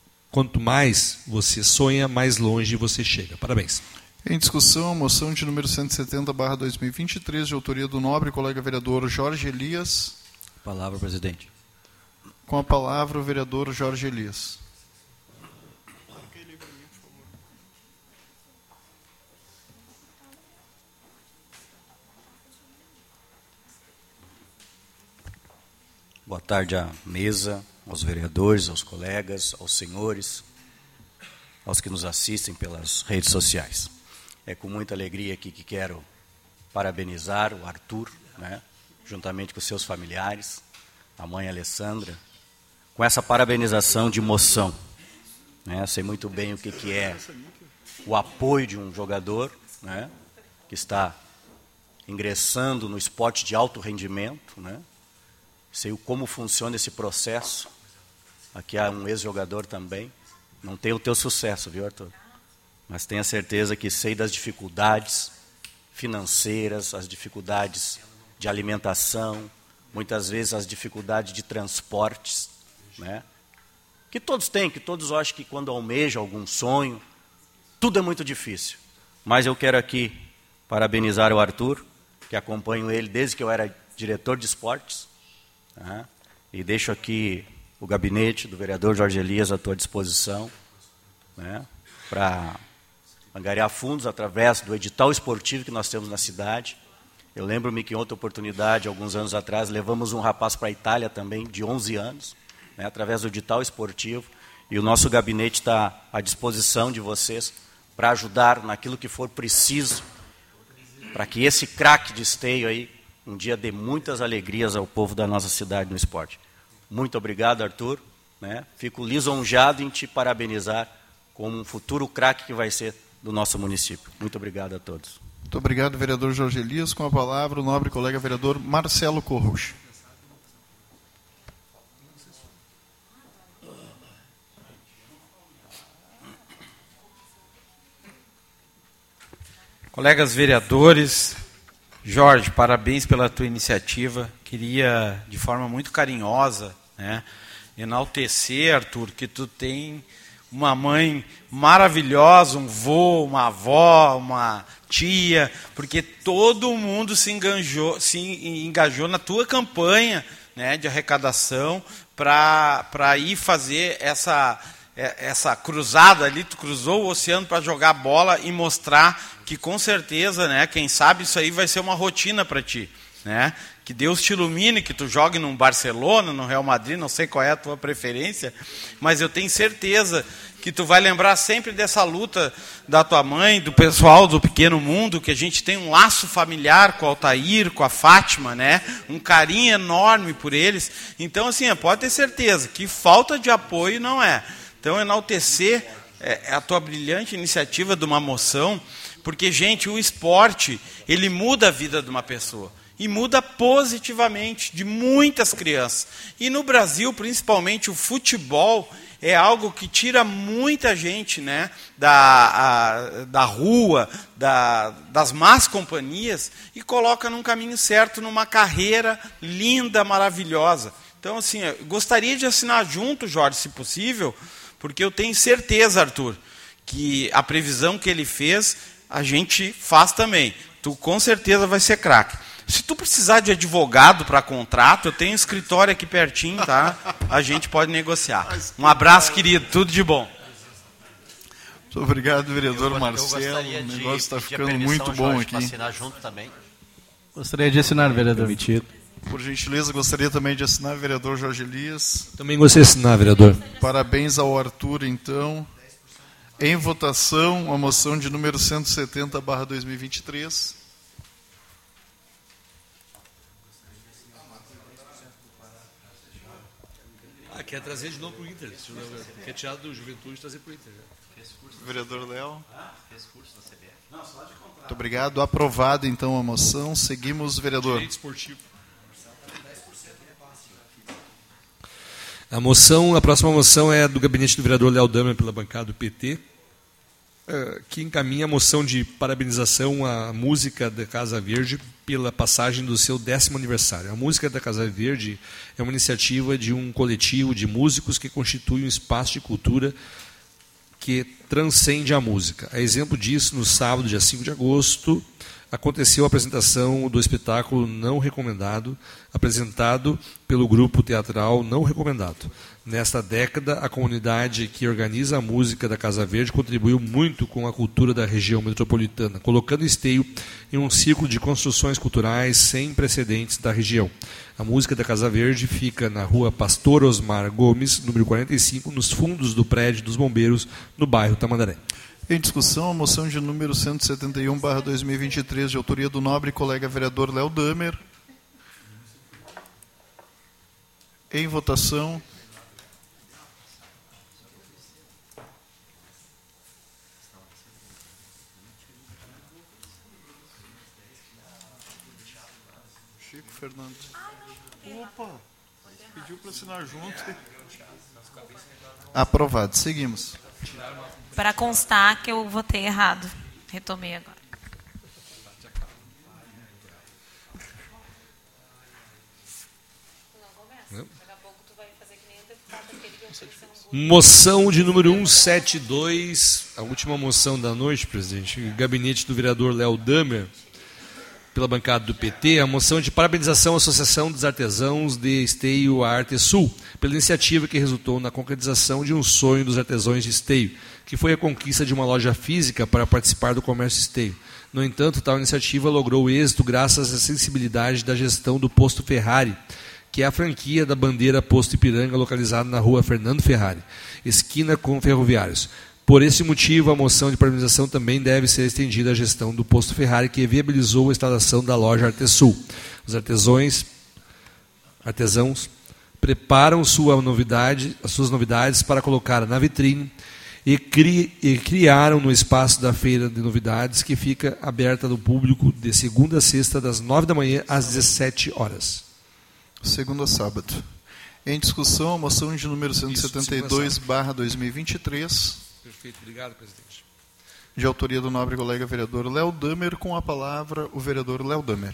você sonha, mais longe você chega. Parabéns. Em discussão, a moção de número 170/2023, de autoria do nobre colega vereador Jorge Elias. Palavra, presidente. Com a palavra, o vereador Jorge Elias. Boa tarde à mesa, aos vereadores, aos colegas, aos senhores, aos que nos assistem pelas redes sociais. É com muita alegria aqui que quero parabenizar o Arthur, né, juntamente com seus familiares, a mãe Alessandra, com essa parabenização de moção. Né? Sei muito bem o que é o apoio de um jogador, né, que está ingressando no esporte de alto rendimento. Né? Sei como funciona esse processo. Aqui há um ex-jogador também. Não tem o teu sucesso, viu, Arthur? Mas tenha certeza que sei das dificuldades financeiras, as dificuldades de alimentação, muitas vezes as dificuldades de transportes, né? Que todos têm, que todos acham que quando almejam algum sonho, tudo é muito difícil. Mas eu quero aqui parabenizar o Arthur, que acompanho ele desde que eu era diretor de esportes, né? E deixo aqui o gabinete do vereador Jorge Elias à tua disposição, né, para angariar fundos através do edital esportivo que nós temos na cidade. Eu lembro-me que em outra oportunidade, alguns anos atrás, levamos um rapaz para a Itália também, de 11 anos, né, através do edital esportivo, e o nosso gabinete está à disposição de vocês para ajudar naquilo que for preciso, para que esse craque de Esteio aí um dia dê muitas alegrias ao povo da nossa cidade no esporte. Muito obrigado, Arthur. Né? Fico lisonjeado em te parabenizar como um futuro craque que vai ser do nosso município. Muito obrigado a todos. Muito obrigado, vereador Jorge Elias. Com a palavra, o nobre colega vereador Marcelo Corruch. Colegas vereadores, Jorge, parabéns pela tua iniciativa. Queria, de forma muito carinhosa, né, enaltecer, Arthur, que tu tem uma mãe maravilhosa, um vô, uma avó, uma tia, porque todo mundo se engajou na tua campanha, né, de arrecadação para ir fazer essa cruzada ali. Tu cruzou o oceano para jogar bola e mostrar que, com certeza, né, quem sabe isso aí vai ser uma rotina para ti, né? Que Deus te ilumine, que tu jogue no Barcelona, no Real Madrid, não sei qual é a tua preferência, mas eu tenho certeza que tu vai lembrar sempre dessa luta da tua mãe, do pessoal do Pequeno Mundo, que a gente tem um laço familiar com o Altair, com a Fátima, né? Um carinho enorme por eles. Então, assim, pode ter certeza que falta de apoio não é. Então, enaltecer a tua brilhante iniciativa de uma moção, porque, gente, o esporte, ele muda a vida de uma pessoa. E muda positivamente de muitas crianças. E no Brasil, principalmente, o futebol é algo que tira muita gente, né, da rua, das más companhias, e coloca num caminho certo, numa carreira linda, maravilhosa. Então, assim, eu gostaria de assinar junto, Jorge, se possível, porque eu tenho certeza, Arthur, que a previsão que ele fez, a gente faz também. Tu com certeza vai ser craque. Se tu precisar de advogado para contrato, eu tenho um escritório aqui pertinho, tá? A gente pode negociar. Um abraço, querido. Tudo de bom. Muito obrigado, vereador Marcelo. O negócio está ficando muito bom aqui. Assinar junto também. Gostaria de assinar, vereador. Permitido. Por gentileza, gostaria também de assinar, vereador Jorge Elias. Também gostaria de assinar, vereador. Parabéns ao Arthur, então. Em votação, a moção de número 170/2023. Quer trazer de novo para o Inter. Quer tirar do Juventude e trazer para o Inter. Vereador Léo. Muito obrigado. Aprovado, então, a moção. Seguimos, vereador. Direito esportivo. A próxima moção é do gabinete do vereador Léo Damer, pela bancada do PT, que encaminha a moção de parabenização à música da Casa Verde pela passagem do seu 10º aniversário. A música da Casa Verde é uma iniciativa de um coletivo de músicos que constitui um espaço de cultura que transcende a música. A exemplo disso, no sábado, dia 5 de agosto, aconteceu a apresentação do espetáculo Não Recomendado, apresentado pelo grupo teatral Não Recomendado. Nesta década, a comunidade que organiza a música da Casa Verde contribuiu muito com a cultura da região metropolitana, colocando Esteio em um ciclo de construções culturais sem precedentes da região. A música da Casa Verde fica na rua Pastor Osmar Gomes, número 45, nos fundos do prédio dos bombeiros, no bairro Tamandaré. Em discussão, a moção de número 171/2023, de autoria do nobre colega vereador Léo Damer. Em votação. Chico Fernando. Opa! Pediu para assinar junto. Aprovado. Seguimos. Para constar que eu votei errado. Retomei agora. Moção de número 172, a última moção da noite, presidente. Gabinete do vereador Léo Damer, pela bancada do PT, a moção de parabenização à Associação dos Artesãos de Esteio Artesul, pela iniciativa que resultou na concretização de um sonho dos artesãos de Esteio, que foi a conquista de uma loja física para participar do comércio Esteio. No entanto, tal iniciativa logrou êxito graças à sensibilidade da gestão do Posto Ferrari, que é a franquia da bandeira Posto Ipiranga, localizada na rua Fernando Ferrari, esquina com Ferroviários. Por esse motivo, a moção de parabenização também deve ser estendida à gestão do Posto Ferrari, que viabilizou a instalação da loja Artesul. Os artesãos preparam as suas novidades para colocar na vitrine e criaram no espaço da Feira de Novidades, que fica aberta ao público de segunda a sexta, das 9 da manhã às 17 horas. Segunda a sábado. Em discussão, a moção de número 172/2023. Perfeito, obrigado, presidente. De autoria do nobre colega vereador Léo Damer, com a palavra o vereador Léo Damer.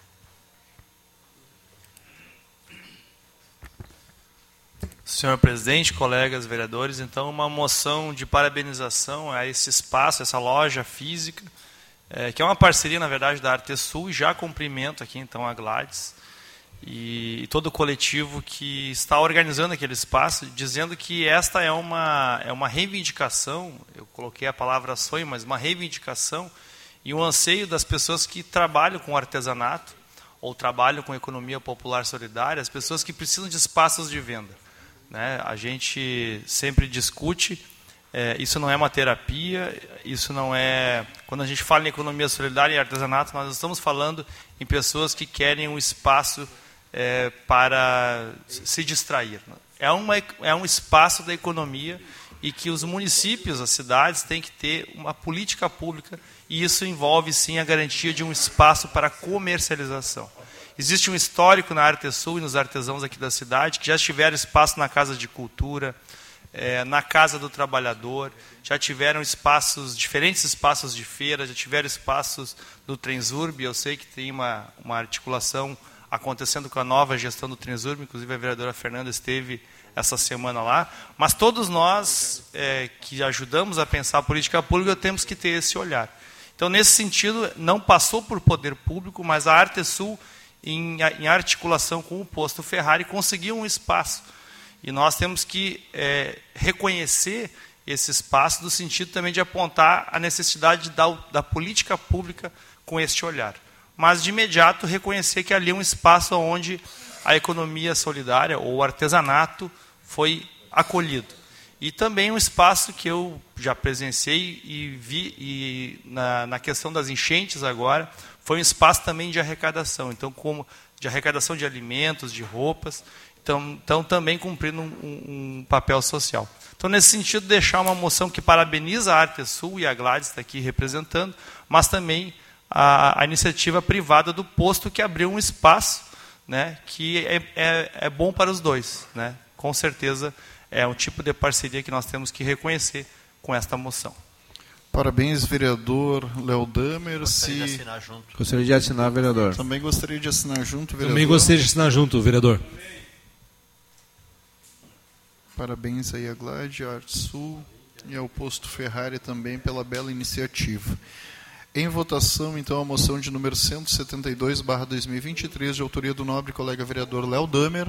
Senhor presidente, colegas vereadores, então uma moção de parabenização a esse espaço, essa loja física, que é uma parceria, na verdade, da Artesul, e já cumprimento aqui, então, a Gladys e todo o coletivo que está organizando aquele espaço, dizendo que esta é uma reivindicação, eu coloquei a palavra sonho, mas uma reivindicação e um anseio das pessoas que trabalham com artesanato ou trabalham com economia popular solidária, as pessoas que precisam de espaços de venda. Né? A gente sempre discute, isso não é uma terapia, isso não é... Quando a gente fala em economia solidária e artesanato, nós estamos falando em pessoas que querem um espaço para se distrair. É um espaço da economia e que os municípios, as cidades, têm que ter uma política pública, e isso envolve, sim, a garantia de um espaço para comercialização. Existe um histórico na Artesul e nos artesãos aqui da cidade que já tiveram espaço na Casa de Cultura, na Casa do Trabalhador, já tiveram diferentes espaços de feira, já tiveram espaços no Transurb. Eu sei que tem uma articulação acontecendo com a nova gestão do Transurb, inclusive a vereadora Fernanda esteve essa semana lá, mas todos nós que ajudamos a pensar a política pública temos que ter esse olhar. Então, nesse sentido, não passou por poder público, mas a Artesul, em articulação com o Posto Ferrari, conseguiu um espaço. E nós temos que reconhecer esse espaço, no sentido também de apontar a necessidade da política pública com este olhar. mas de imediato reconhecer que ali é um espaço onde a economia solidária ou o artesanato foi acolhido. E também um espaço que eu já presenciei e vi na questão das enchentes agora, foi um espaço também de arrecadação. Então, como de arrecadação de alimentos, de roupas, então também cumprindo um papel social. Então, nesse sentido, deixar uma moção que parabeniza a Artesul, e a Gladys está aqui representando, mas também a iniciativa privada do posto, que abriu um espaço, né, que é bom para os dois, né? Com certeza é um tipo de parceria que nós temos que reconhecer com esta moção. Parabéns, vereador Léo Damer. Gostaria de assinar junto. Gostaria de assinar, vereador. Também gostaria de assinar junto, vereador. Também gostaria de assinar junto, vereador. Parabéns aí a Glad, a Artesul e ao posto Ferrari também pela bela iniciativa. Em votação, então, a moção de número 172/2023, de autoria do nobre colega vereador Léo Damer.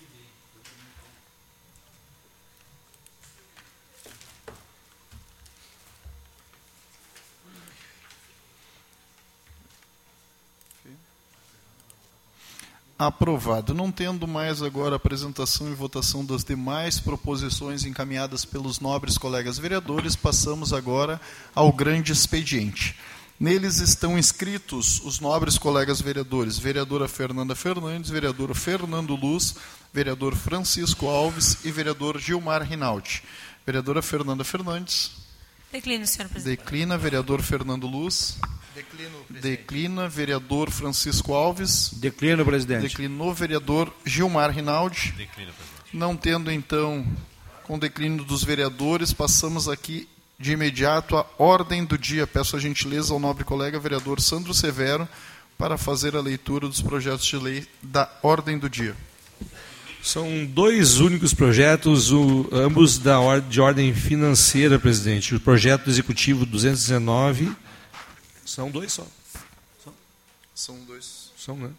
Aprovado. Não tendo mais agora a apresentação e votação das demais proposições encaminhadas pelos nobres colegas vereadores, passamos agora ao grande expediente. Neles estão inscritos os nobres colegas vereadores, vereadora Fernanda Fernandes, vereador Fernando Luz, vereador Francisco Alves e vereador Gilmar Rinaldi. Vereadora Fernanda Fernandes. Declino, senhor presidente. Declina. Vereador Fernando Luz. Declina. Vereador Francisco Alves. Declino, presidente. Declinou. Vereador Gilmar Rinaldi. Declina, presidente. Não tendo, então, com o declínio dos vereadores, passamos aqui de imediato à ordem do dia. Peço a gentileza ao nobre colega vereador Sandro Severo para fazer a leitura dos projetos de lei da ordem do dia. São dois únicos projetos, ambos de ordem financeira, presidente. O projeto executivo 219... São dois só. São dois. São, né?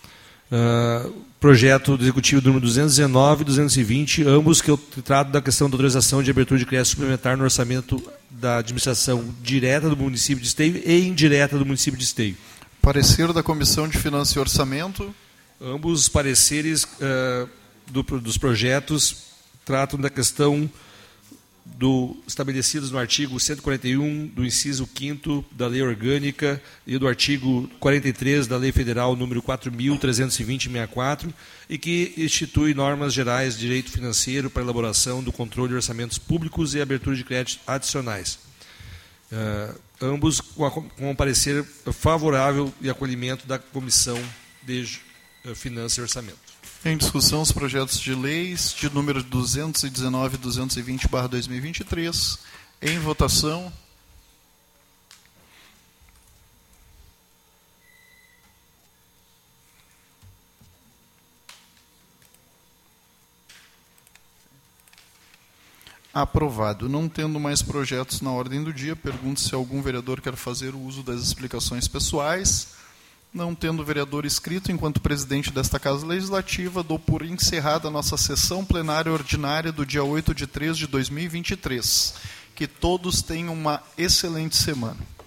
Projeto do executivo número 219 e 220, ambos que eu trato da questão da autorização de abertura de crédito suplementar no orçamento da administração direta do município de Esteio e indireta do município de Esteio. Parecer da Comissão de Finanças e Orçamento. Ambos os pareceres dos projetos tratam da questão estabelecidos no artigo 141 do inciso 5º da Lei Orgânica e do artigo 43 da Lei Federal número 4.320/64 e que institui normas gerais de direito financeiro para elaboração do controle de orçamentos públicos e abertura de créditos adicionais. Ambos com um parecer favorável e acolhimento da Comissão de Finanças e Orçamento. Em discussão, os projetos de leis de número 219 e 220/2023. Em votação. Aprovado. Não tendo mais projetos na ordem do dia, pergunto se algum vereador quer fazer o uso das explicações pessoais. Não tendo vereador inscrito, enquanto presidente desta Casa Legislativa, dou por encerrada a nossa sessão plenária ordinária do dia 8 de 3 de 2023. Que todos tenham uma excelente semana.